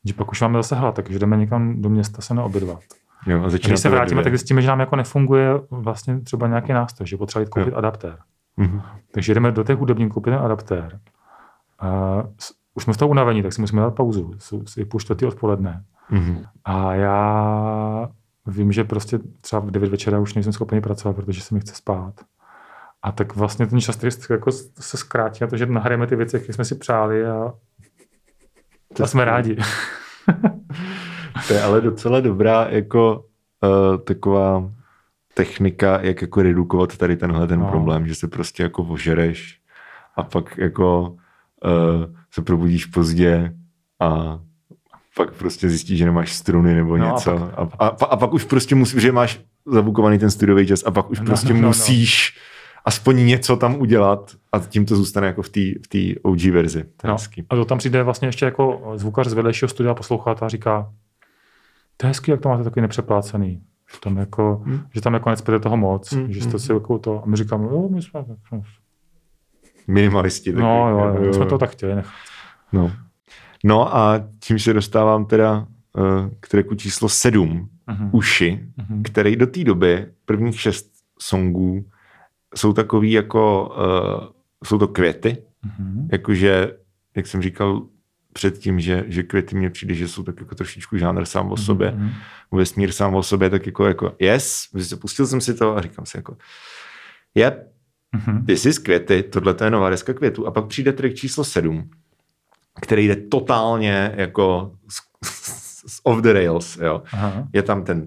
Že pak už máme zase hlad, takže jdeme někam do města se naobědvat. Jo, a, a když se vrátíme, tak zjistíme, že nám jako nefunguje vlastně třeba nějaký nástroj, že potřebujeme koupit jo. adaptér. Mm-hmm. Takže jdeme do těch hudebních, koupit ten adaptér. A už jsme z toho unavení, tak si musíme dát pauzu. Jsou si půl čtvrtý odpoledne. Mm-hmm. A já vím, že prostě třeba v devět večera už nejsem schopný pracovat, protože se mi chce spát. A tak vlastně ten čas jako se zkrátí na to, že nahrajeme ty věci, jak jsme si přáli a, a jsme rádi. To je ale docela dobrá jako uh, taková technika, jak jako redukovat tady tenhle ten no. problém, že se prostě jako ožereš a pak jako uh, se probudíš pozdě a pak prostě zjistíš, že nemáš struny nebo no, něco. A pak, a, a, a pak už prostě musíš, že máš zabukovaný ten studiový čas a pak už no, prostě no, musíš no. aspoň něco tam udělat a tím to zůstane jako v té v té O G verzi. To no. A to tam přijde vlastně ještě jako zvukař z vedlejšího studia poslouchat a říká, to je hezký, jak to máte takový nepřeplácený. Že tam jako, hmm. že tam jako necpěte toho moc, hmm. že jste si jako to, a my říkáme, jo, my jsme minimalisti. Takový, no jo, jo, my jsme to tak chtěli nechat. No. no a tím se dostávám teda uh, k tracku číslo sedm, uh-huh. Uši, uh-huh. který do té doby, prvních šest songů, jsou takový jako, uh, jsou to květy, uh-huh. jakože, jak jsem říkal předtím, že, že květy mně přijde, že jsou tak jako trošičku žánr sám o sobě, mm-hmm. vesmír sám o sobě, tak jako, jako yes, pustil jsem si to a říkám si jako yep, mm-hmm. this is květy, tohle to je nová deska květů a pak přijde track číslo sedm, který jde totálně jako off the rails, jo. Aha. Je tam ten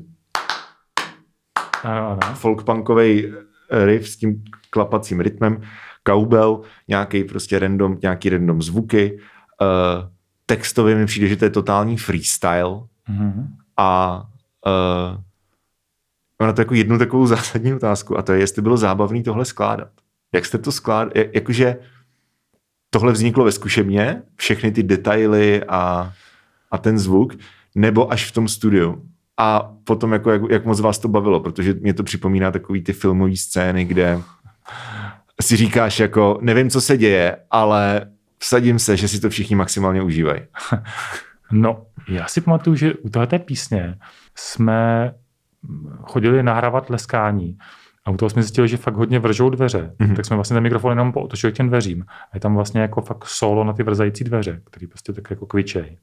ano, ano. folkpunkovej riff s tím klapacím rytmem, cowbell, nějaký prostě random, nějaký random zvuky, uh, textově mi přijde, že to je totální freestyle mm-hmm. a uh, mám na to jako jednu takovou zásadní otázku a to je, jestli bylo zábavný tohle skládat. Jak jste to skládali? Jak, jakože tohle vzniklo ve zkušebně, všechny ty detaily a, a ten zvuk, nebo až v tom studiu? A potom jako, jak, jak moc vás to bavilo, protože mě to připomíná takový ty filmové scény, kde si říkáš jako, nevím, co se děje, ale vsadím se, že si to všichni maximálně užívají. No, já si pamatuju, že u tohleté písně jsme chodili nahrávat leskání a u toho jsme zjistili, že fakt hodně vržou dveře. Mm-hmm. Tak jsme vlastně ten mikrofon jenom pootočili k těm dveřím. A je tam vlastně jako fakt solo na ty vrzající dveře, který prostě tak jako kvičej.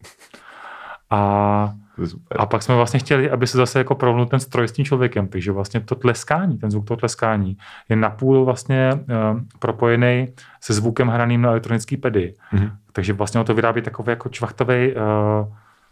A, a pak jsme vlastně chtěli, aby se zase jako prolnul ten stroj s tím člověkem. Takže vlastně to tleskání, ten zvuk toho tleskání je napůl vlastně uh, propojený se zvukem hraným na elektronický pedy. Mm-hmm. Takže vlastně to vyrábí takový jako čvachtový uh,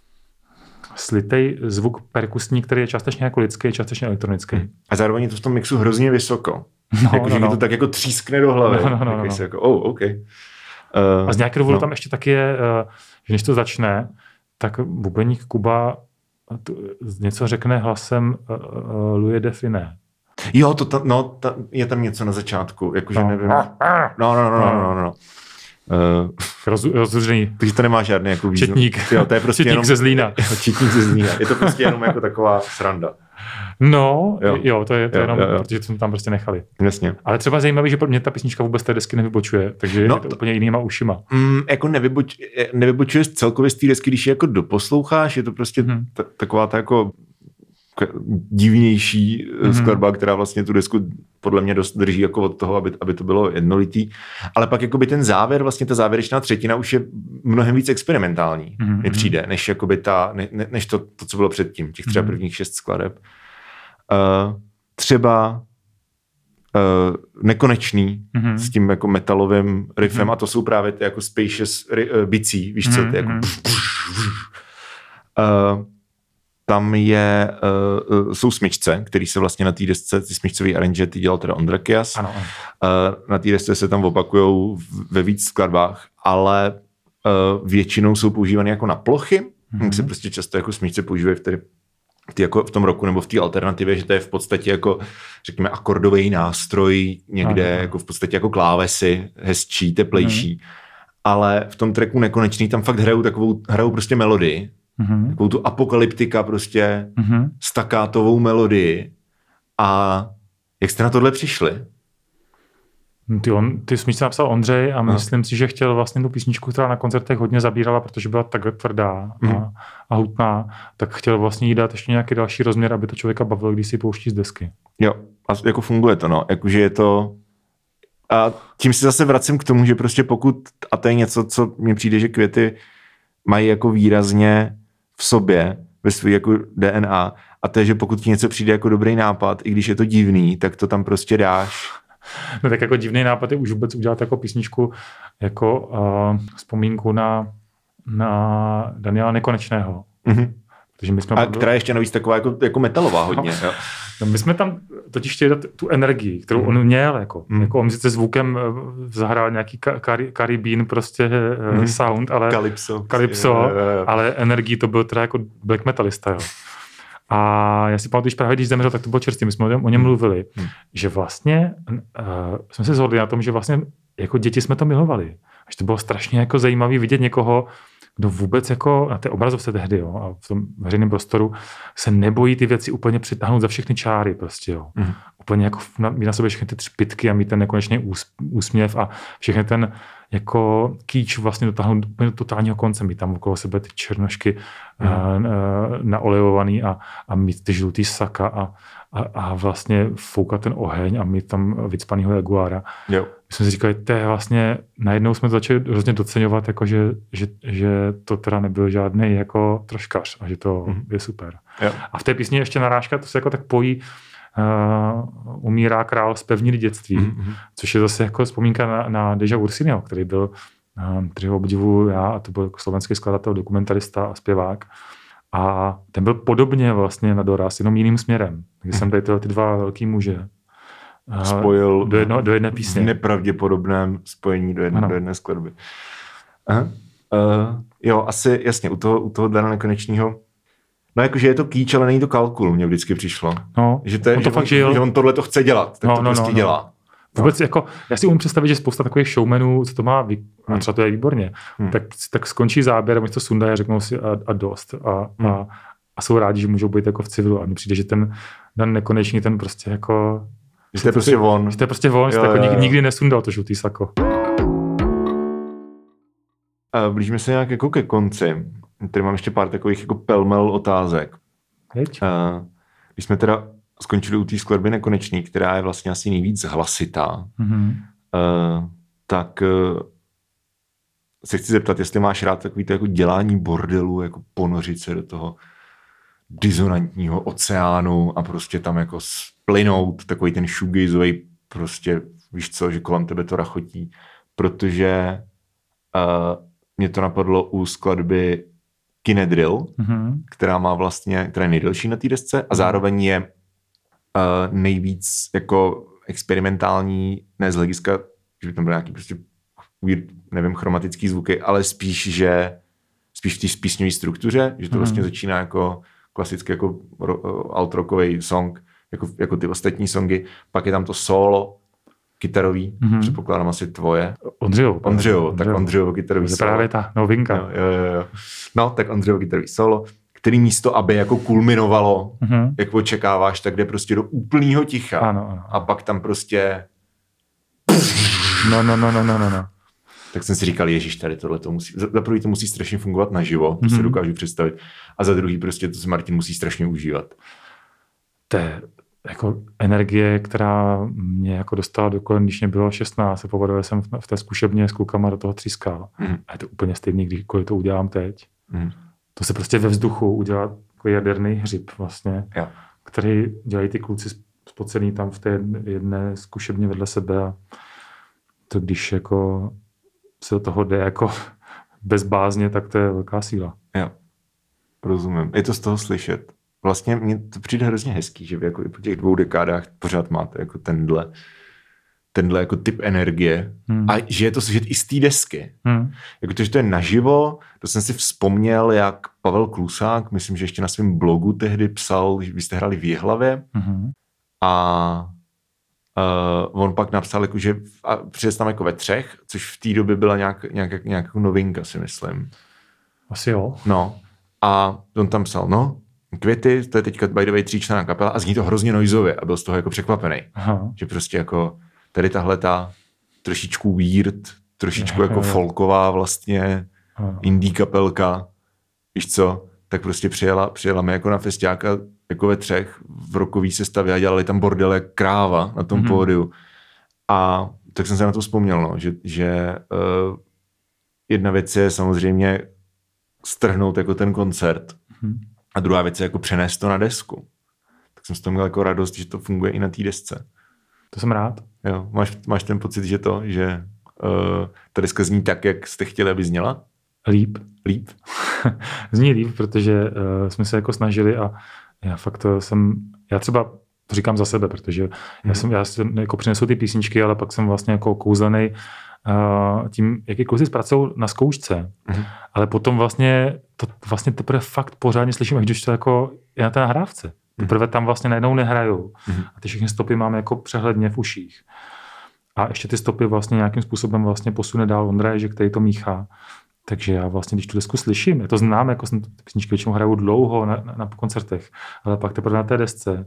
slitej zvuk perkusní, který je částečně jako lidský, částečně elektronický. Mm. A zároveň je to v tom mixu hrozně vysoko. No, jako, no, že no. to tak jako třískne do hlavy. No, no, no, no. Jako, oh, okay. uh, a z nějakého důvodu no. tam ještě taky je, uh, že než to začne, tak bubeník Kuba to, něco řekne hlasem uh, uh, Louis Define. Jo, to ta, no, ta, je tam něco na začátku, jakože no. nevím. No, no, no, no, no, no. Uh, Roz, rozzuřený. Takže to nemá žádný jako význam. Četník. Jo, to je prostě Četník jenom, ze Zlína. Četník ze Zlína. Je to prostě jenom jako taková sranda. No, jo, jo to je to jo, jenom, jo, jo. protože jsme tam prostě nechali. Jasně. Ale třeba zajímavý, že pro mě ta písnička vůbec té desky nevybočuje, takže no, je to, to úplně jinýma ušima. Mm, jako nevyboč, nevybočuje celkově z té desky, když je jako doposloucháš, je to prostě hmm. t- taková ta jako divnější mm-hmm. skladba, která vlastně tu desku podle mě dost drží jako od toho, aby, aby to bylo jednolitý. Ale pak jakoby ten závěr, vlastně ta závěrečná třetina už je mnohem víc experimentální, mm-hmm. mi přijde, než, jakoby ta, ne, než to, to, co bylo předtím, těch třeba prvních šest skladeb. Uh, třeba uh, Nekonečný mm-hmm. s tím jako metalovým riffem mm-hmm. a to jsou právě ty jako spacious uh, bicí, víš co, ty jako uh, tam je, uh, jsou smyčce, který se vlastně na té desce, ty smyčcový aranže, ty dělal teda Ondrakias. Ano, ano. Uh, na té desce se tam opakujou ve víc skladbách, ale uh, většinou jsou používané jako na plochy, mm-hmm. jak se prostě často jako smyčce používají v, tedy, v, tý, jako v tom roku nebo v té alternativě, že to je v podstatě jako, řekněme, akordový nástroj někde, ano, jako v podstatě jako klávesy, hezčí, teplejší. Mm-hmm. Ale v tom tracku Nekonečný tam fakt hrajou takovou, hrajou prostě melodii, mm-hmm. takovou tu apokalyptika prostě, mm-hmm. stakátovou melodii. A jak jste na tohle přišli? Ty, on, ty smíčce napsal Ondřej a myslím no. si, že chtěl vlastně tu písničku, která na koncertech hodně zabírala, protože byla takhle tvrdá mm. a, a hutná, tak chtěl vlastně jí dát ještě nějaký další rozměr, aby to člověka bavilo, když si pouští z desky. Jo, a jako funguje to, no. Jakože je to... A tím si zase vracím k tomu, že prostě pokud, a to je něco, co mně přijde, že Květy mají jako výrazně v sobě, ve svůj jako D N A, a to je, že pokud ti něco přijde jako dobrý nápad, i když je to divný, tak to tam prostě dáš. No tak jako divný nápad je už vůbec udělat jako písničku, jako uh, vzpomínku na, na Daniela Nekonečného. Mm-hmm. Takže my jsme a která je ještě navíc taková jako, jako metalová hodně. No. Jo. No my jsme tam totiž chtěli dát tu energii, kterou mm. on měl. Jako. Mm. Jako on sice zvukem zahrál nějaký kari, Karibín prostě mm. sound, ale Calypso, Calypso je, je, je. ale energii to byl teda jako black metalista. Jo. A já si pamatuju, když právě když zemřel, tak to bylo čerstvý. My jsme o něm, o něm mluvili, mm. že vlastně uh, jsme se shodli na tom, že vlastně jako děti jsme to milovali. Až to bylo strašně jako zajímavé vidět někoho, kdo vůbec jako na té obrazovce tehdy, jo, a v tom veřejném prostoru se nebojí ty věci úplně přitáhnout za všechny čáry prostě, jo. Mm. Úplně jako mít na sobě všechny ty třpytky a mít ten nekonečný úsměv a všechny ten jako kýč vlastně dotáhnout úplně do totálního konce, mít tam okolo sebe ty černošky mm. a, a, naolejovaný a, a mít ty žlutý saka a, a, a vlastně foukat ten oheň a mít tam vycpanýho jaguára. Jo. My jsme si říkali, to je vlastně, najednou jsme to začali hrozně doceňovat, jako že, že, že to teda nebyl žádný jako troškař a že to mm. je super. Jo. A v té písni ještě narážka, to se jako tak pojí, uh, umírá král zpevnili dětství, mm-hmm. což je zase jako vzpomínka na, na Deja Ursiniho, který byl, uh, který ho obdivuju já, a to byl jako slovenský skladatel, dokumentarista a zpěvák. A ten byl podobně vlastně na doraz, jenom jiným směrem. Takže jsem tady tyhle ty dva velký muže spojil do, jedno, do jedné písně. V nepravděpodobném spojení do jedné, do jedné skladby. Aha. Uh, jo, asi jasně, u toho, u toho Dana Nekonečného. No jakože je to kýč, ale není to kalkul, mně vždycky přišlo. No, že, to je, on to že, fakt on, žil. že on tohle to chce dělat, tak no, to no, prostě no, dělá. No. Vůbec jako, já si umím představit, že spousta takových showmanů, co to má, vy, a třeba to je výborně, hmm. tak, tak skončí záběr, a to sundají a řeknou si a, a dost. A, hmm. a, a jsou rádi, že můžou být jako v civilu. A mně přijde, že ten Dan Nekonečný, ten prostě jako... Že to je prostě on. Že to je prostě on, že to jako nikdy, nikdy nesundal to žlutý sako. A blížíme se nějak jako ke konci. Tady mám ještě pár takových jako pelmel otázek. A když jsme teda skončili u té skladby Nekonečný, která je vlastně asi nejvíc hlasitá, mm-hmm. a, tak se chci zeptat, jestli máš rád takový to jako dělání bordelu, jako ponořit se do toho disonantního oceánu a prostě tam jako splynout, takový ten shoegazový prostě, víš co, že kolem tebe to rachotí, protože uh, mě to napadlo u skladby Kinedrill, mm-hmm. která má vlastně, která je nejdelší na té desce a zároveň je uh, nejvíc jako experimentální, ne z hlediska, že by tam byl nějaký prostě nevím, chromatický zvuky, ale spíš, že spíš v té písňové struktuře, že to mm-hmm. vlastně začíná jako klasický jako alt-rockový song, jako, jako ty ostatní songy, pak je tam to solo kytarový, mm-hmm. předpokládám asi tvoje. Ondřejovo. Ondřejovo, tak Ondřejovo kytarový to solo. Právě ta novinka. Jo, jo, jo. No, tak Ondřejovo kytarový solo, který místo, aby jako kulminovalo, mm-hmm. jak očekáváš, tak jde prostě do úplného ticha. Ano, ano. A pak tam prostě no, no, no, no, no, no. Tak jsem si říkal, ježiš, tady tohle to musí, za prvý to musí strašně fungovat naživo, to mm-hmm. si dokážu představit, a za druhý prostě to si Martin musí strašně užívat. To je jako energie, která mě jako dostala do kolen, když mě bylo šestnáct, a povedal jsem v té zkušebně s klukama do toho třískal. Mm-hmm. A je to úplně stejný, kdykoliv to udělám teď. Mm-hmm. To se prostě ve vzduchu udělá jako jaderný hřib vlastně, jo. který dělají ty kluci spocený tam v té jedné zkušebně vedle sebe, a to když jako se do toho jde jako bezbázně, tak to je velká síla. Jo, rozumím. Je to z toho slyšet. Vlastně mně to přijde hrozně hezký, že vy jako i po těch dvou dekádách pořád máte jako tenhle, tenhle jako typ energie hmm. a že je to slyšet i z té desky. Hmm. Jako to, že to je naživo, to jsem si vzpomněl, jak Pavel Klusák, myslím, že ještě na svém blogu tehdy psal, že vy jste hráli v Jihlavě hmm. a Uh, on pak napsal, jako, že přijde tam jako ve třech, což v té době byla nějak, nějak, nějaká novinka, si myslím. Asi jo. No. A on tam psal, no, Květy, to je teďka by the way tříčlenná kapela a zní to hrozně noizově a byl z toho jako překvapený. Aha. Že prostě jako tady tahle ta trošičku weird, trošičku jako folková vlastně, indie kapelka, víš co, tak prostě přijela, přijela mi jako na festiáka jako ve třech v rokový sestavě a dělali tam bordel jak kráva na tom mm-hmm. pódiu. A tak jsem se na to vzpomněl, no, že, že uh, jedna věc je samozřejmě strhnout jako ten koncert mm-hmm. a druhá věc je jako přenést to na desku. Tak jsem z toho měl jako radost, že to funguje i na té desce. To jsem rád. Jo, máš, máš ten pocit, že to, že uh, ta deska zní tak, jak jste chtěli, aby zněla? Líp. Líp? Zní líp, protože uh, jsme se jako snažili a já fakt jsem, já třeba to říkám za sebe, protože hmm. já jsem, já jsem jako přinesu ty písničky, ale pak jsem vlastně jako kouzlenej uh, tím, jak je kouzit s pracou na zkoušce. Hmm. Ale potom vlastně to vlastně teprve fakt pořádně slyším, až když to jako je na té nahrávce. Teprve tam vlastně najednou nehrajou. Hmm. A ty všechny stopy máme jako přehledně v uších. A ještě ty stopy vlastně nějakým způsobem vlastně posune dál Ondra, že který to míchá. Takže já vlastně, když tu desku slyším, já to znám, jako jsem ty písničky většinou hraju dlouho na, na, na koncertech, ale pak teprve na té desce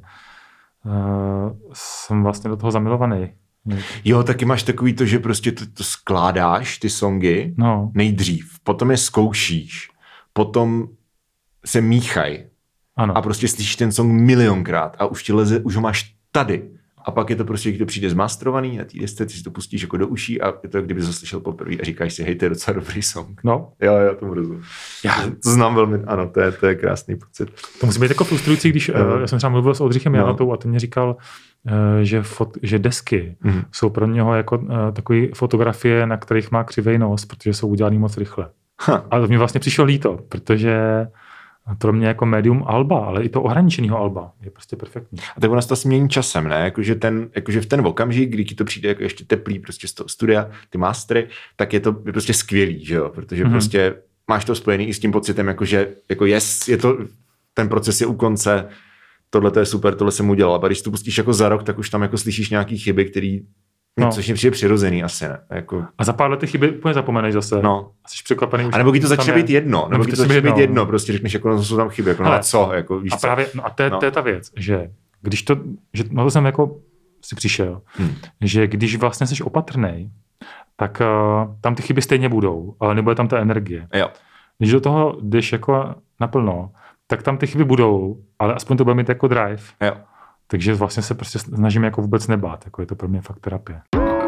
uh, jsem vlastně do toho zamilovaný. Jo, taky máš takový to, že prostě to, to skládáš, ty songy, no. nejdřív, potom je zkoušíš, potom se míchají a prostě slyšíš ten song milionkrát a už ti leze, už ho máš tady. A pak je to prostě, když to přijde zmastrovaný na té desce, ty si to pustíš jako do uší a je to, kdyby to slyšel poprvé a říkáš si, hej, to je docela dobrý song. No. Jo, já tomu rozumím. Já to znám velmi, ano, to je, to je krásný pocit. To musí být jako frustrující, když uh, já jsem třeba mluvil s Oldřichem no. Janotou a ten mě říkal, uh, že, fot, že desky mm. jsou pro něho jako uh, takové fotografie, na kterých má křivej nos, protože jsou udělaný moc rychle. Ha. A to mě vlastně přišlo líto, protože pro mě jako médium alba, ale i to ohraničenýho alba je prostě perfektní. A tak ono se to změní časem, ne? Jakože, ten, jakože v ten okamžik, kdy ti to přijde jako ještě teplý prostě z toho studia, ty mastery, tak je to prostě skvělý, že jo? Protože mm-hmm. prostě máš to spojený i s tím pocitem, jakože jako yes, je to, ten proces je u konce, tohle to je super, tohle jsem udělal. A když to pustíš jako za rok, tak už tam jako slyšíš nějaký chyby, který No. Což je přijde přirozený asi, ne? Jako... A za pár let ty chyby úplně zapomeneš zase. No. A jsi překvapený. A nebo ti to začne být jedno. Nebo ti to začne být jedno. Prostě řekneš, jako no, jsou tam chyby. Jako, no a co? Jako, víš a právě, no a to je, no. to je ta věc, že když to, že no to jsem jako si přišel, hmm. že když vlastně jsi opatrnej, tak uh, tam ty chyby stejně budou, ale nebude tam ta energie. Jo. Když do toho jdeš jako naplno, tak tam ty chyby budou, ale aspoň to bude mít jako drive. Jo. Takže vlastně se prostě snažím jako vůbec nebát. Jako je to pro mě fakt terapie.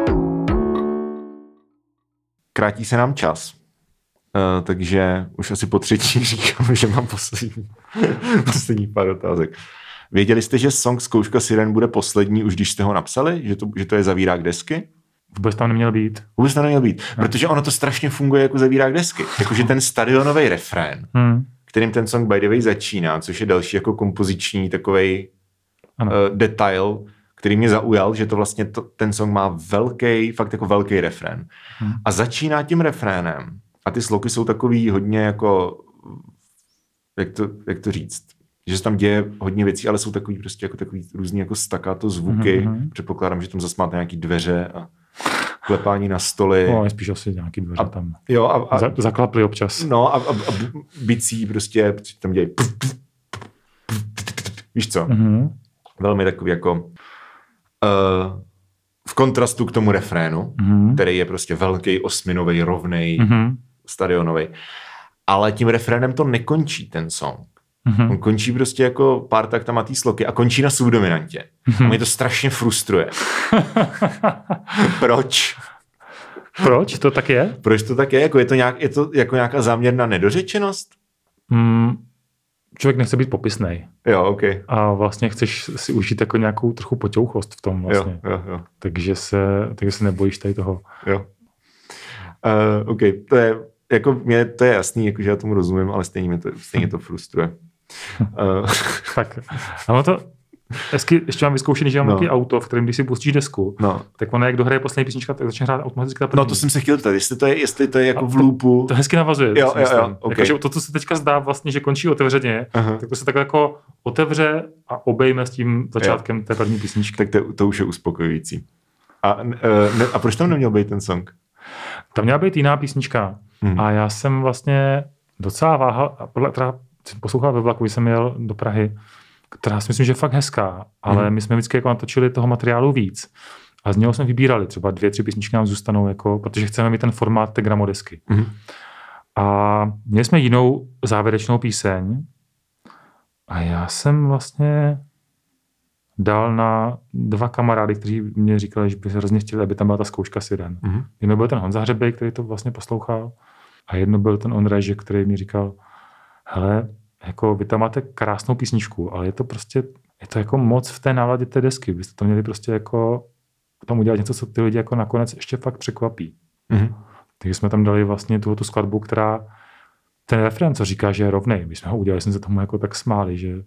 Krátí se nám čas. Uh, takže už asi po třetí říkám, že mám poslední, poslední pár otázek. Věděli jste, že song Zkouška Siren bude poslední, už když jste ho napsali? Že to, že to je zavírák desky? Vůbec tam neměl být. Vůbec tam neměl být. No. Protože ono to strašně funguje jako zavírák desky. Jakože ten stadionový refrén, hmm. kterým ten song by the way začíná, což je další jako kompoziční takovej uh, detail, který mě zaujal, že to vlastně to, ten song má velký, fakt jako velký refrén. Hmm. A začíná tím refrénem. A ty sloky jsou takový hodně jako, jak to, jak to říct, že se tam děje hodně věcí, ale jsou takový prostě jako takový různý jako staccato zvuky. Mm-hmm. Předpokládám, že tam zase máte nějaký dveře a klepání na stoli. No, spíš asi nějaký dveře a, tam. Jo, a, a, Za, zaklapli občas. No a, a, a bicí prostě tam dějí. Víš co? Mm-hmm. Velmi takový jako uh, v kontrastu k tomu refrénu, mm-hmm. který je prostě velký, osminový, rovnej, mm-hmm. stadionový. Ale tím refrénem to nekončí ten song. Mm-hmm. On končí prostě jako pár taktama tý sloky a končí na subdominantě. Mm-hmm. A mě to strašně frustruje. Proč? Proč to tak je? Proč to tak je? Jako je, to nějak, je to jako nějaká záměrná nedořečenost? Mm, člověk nechce být popisnej. Jo, ok. A vlastně chceš si užít jako nějakou trochu poťouchlost v tom vlastně. Jo, jo, jo. Takže se, takže se nebojíš tady toho. Jo. Uh, ok, to je jako mě to je jasný, jako, že já tomu rozumím, ale stejně mě to, stejně to frustruje. uh. Tak, ale to hezky, ještě mám vyzkoušený, že mám no. auto, v kterém když si pustíš desku, no. tak ono jak dohraje poslední písnička, tak začne hrát automaticky ta první. No to jsem se chtěl ptát, jestli to je, jestli to je jako v loopu. To, to hezky navazuje. Jo, jo, jo, okay. Jako, to, co se teďka zdá vlastně, že končí otevřeně, uh-huh. tak to se takhle jako otevře a obejme s tím začátkem jo. té první písničky. Tak to, to už je uspokojující. A, uh, ne, a proč tam neměl být ten song? Tam měla být jiná písnička. Hmm. A já jsem vlastně docela váhal, která poslouchal ve vlaku, když jsem jel do Prahy, která si myslím, že je fakt hezká, ale hmm. my jsme vždycky jako natočili toho materiálu víc. A z něho jsme vybírali, třeba dvě, tři písničky nám zůstanou, jako, protože chceme mít ten formát té gramodesky. Mm-hmm. A měli jsme jinou závěrečnou píseň a já jsem vlastně dal na dva kamarády, kteří mě říkali, že by se hrozně chtěli, aby tam byla ta zkouška Siren. Mm-hmm. Jedno byl ten Honza Hřebej, který to vlastně poslouchal, a jedno byl ten Ondra Ježek, který mi říkal, hele, jako vy tam máte krásnou písničku, ale je to prostě, je to jako moc v té náladě té desky. Byste to měli prostě jako tam udělat něco, co ty lidi jako nakonec ještě fakt překvapí. Mm-hmm. Takže jsme tam dali vlastně tu skladbu, která ten refrén, co říká, že je rovnej. My jsme ho udělali, jsme se tomu jako tak smáli, že,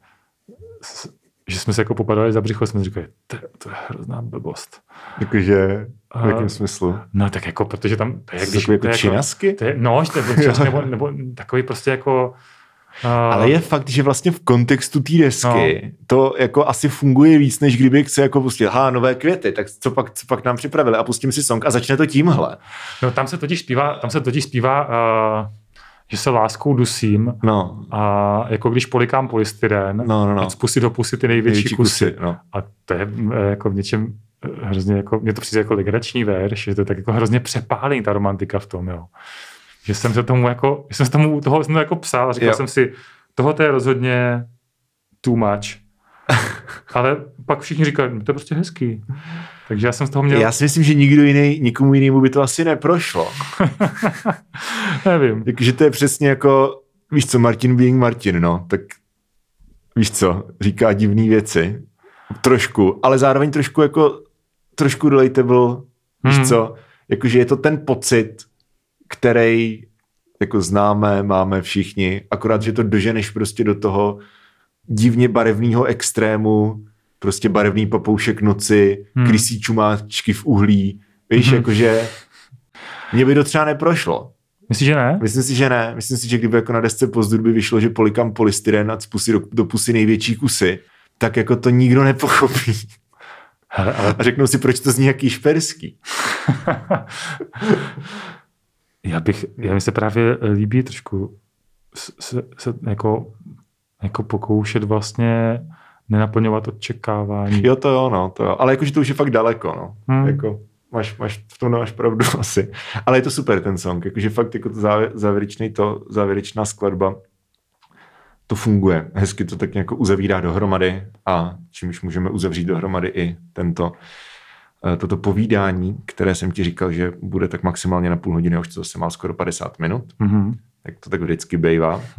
že jsme se jako popadali za břicho, jsme říkali, to, to je hrozná blbost. Jakože, v jakém smyslu? No tak jako, protože tam, to je, když, jako činasky? To je, no, nebo, nebo, nebo takový prostě jako Uh, ale je fakt, že vlastně v kontextu té desky no. to jako asi funguje víc, než kdyby chce jako pustit, ha, nové květy, tak co pak, co pak nám připravili a pustím si song a začne to tímhle. No tam se totiž zpívá, tam se totiž zpívá, uh, že se láskou dusím no. a jako když polikám polystyren no, no, no. a z pusy do pusy ty největší, největší kusy. kusy no. A to je jako v něčem hrozně, jako, mně to přijde jako legrační verš, že to je tak jako hrozně přepálení ta romantika v tom, jo. Že jsem se tomu jako, že jsem se tomu toho jsem to jako psal a říkal jo. jsem si, toho to je rozhodně too much. Ale pak všichni říkali, to je prostě hezký. Takže já jsem z toho měl... Já si myslím, že nikdo jiný, nikomu jinému by to asi neprošlo. Nevím. Takže to je přesně jako, víš co, Martin being Martin, no, tak víš co, říká divný věci. Trošku, ale zároveň trošku jako, trošku relatable, víš hmm. co, jakože je to ten pocit, který jako známe, máme všichni, akorát, že to doženeš prostě do toho divně barevného extrému, prostě barevný papoušek noci, hmm. krysí čumáčky v uhlí, víš, hmm. jakože mně by to třeba neprošlo. Myslíš, že ne? Myslím si, že ne. Myslím si, že kdyby jako na desce Pozdud by vyšlo, že polikám polystyren a z pusy do, do pusy největší kusy, tak jako to nikdo nepochopí. Hele, ale... A řeknou si, proč to zní jak šperský. Já bych, já mi se právě líbí trošku se, se jako, jako pokoušet vlastně nenaplňovat očekávání. Jo, to jo, no, to jo. Ale jakože to už je fakt daleko, no. Hmm. Jako, máš, máš, v tom máš pravdu asi. Ale je to super ten song, jakože fakt jako to závěrečný to, závěrečná skladba, to funguje. Hezky to tak jako uzavírá dohromady a čímž můžeme uzavřít dohromady i tento toto povídání, které jsem ti říkal, že bude tak maximálně na půl hodiny, už to zase má skoro padesát minut. Mm-hmm. Tak to tak vždycky bývá. Uh,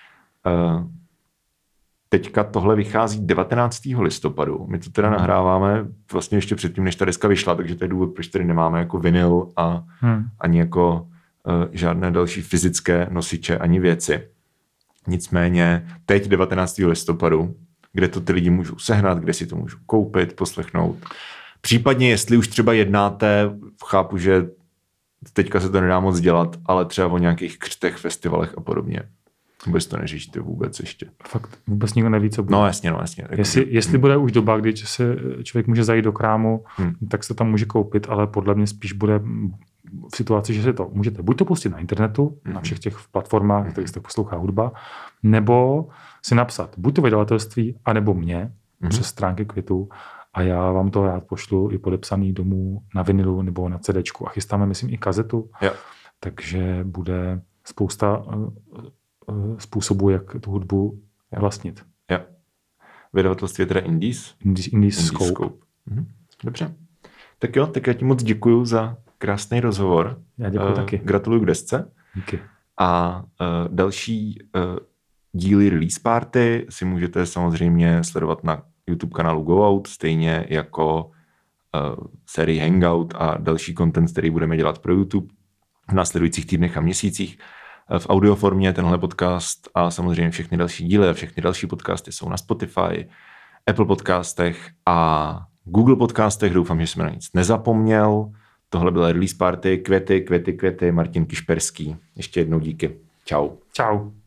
teďka tohle vychází devatenáctého listopadu. My to teda mm. nahráváme vlastně ještě předtím, než ta deska vyšla, takže to je důvod, proč tady nemáme jako vinyl a mm. ani jako uh, žádné další fyzické nosiče, ani věci. Nicméně teď devatenáctého listopadu, kde to ty lidi můžou sehnat, kde si to můžou koupit, poslechnout. Případně, jestli už třeba jednáte, chápu, že teďka se to nedá moc dělat, ale třeba o nějakých křtech, festivalech a podobně. Vůbec to neřešíte vůbec ještě. Fakt vůbec nikdo neví, co bude. No jasně, no jasně. Jestli, jestli bude už doba, kdy se člověk může zajít do krámu, hmm. tak se tam může koupit, ale podle mě spíš bude v situaci, že si to můžete buď to pustit na internetu, hmm. na všech těch platformách, hmm. kterých se poslouchá hudba, nebo si napsat buď to vydavatelství, anebo mě hmm. přes stránky Kvitu. A já vám to rád pošlu i podepsaný domů na vinilu nebo na CDčku. A chystáme, myslím, i kazetu. Jo. Takže bude spousta uh, uh, způsobů, jak tu hudbu vlastnit. Jo. Vydavatelství je teda Indies? Indies, Indies Scope. Scope. Mhm. Dobře. Tak jo, tak já ti moc děkuju za krásný rozhovor. Já děkuju uh, taky. Gratuluju k desce. Díky. A uh, další uh, díly Release Party si můžete samozřejmě sledovat na YouTube kanálu Go Out, stejně jako uh, sérii Hangout a další content, který budeme dělat pro YouTube v následujících týdnech a měsících. Uh, v audioformě tenhle podcast a samozřejmě všechny další díly a všechny další podcasty jsou na Spotify, Apple podcastech a Google podcastech. Doufám, že jsme na nic nezapomněl. Tohle byla Release Party. Květy, květy, květy. Martin Kišperský. Ještě jednou díky. Čau. Čau.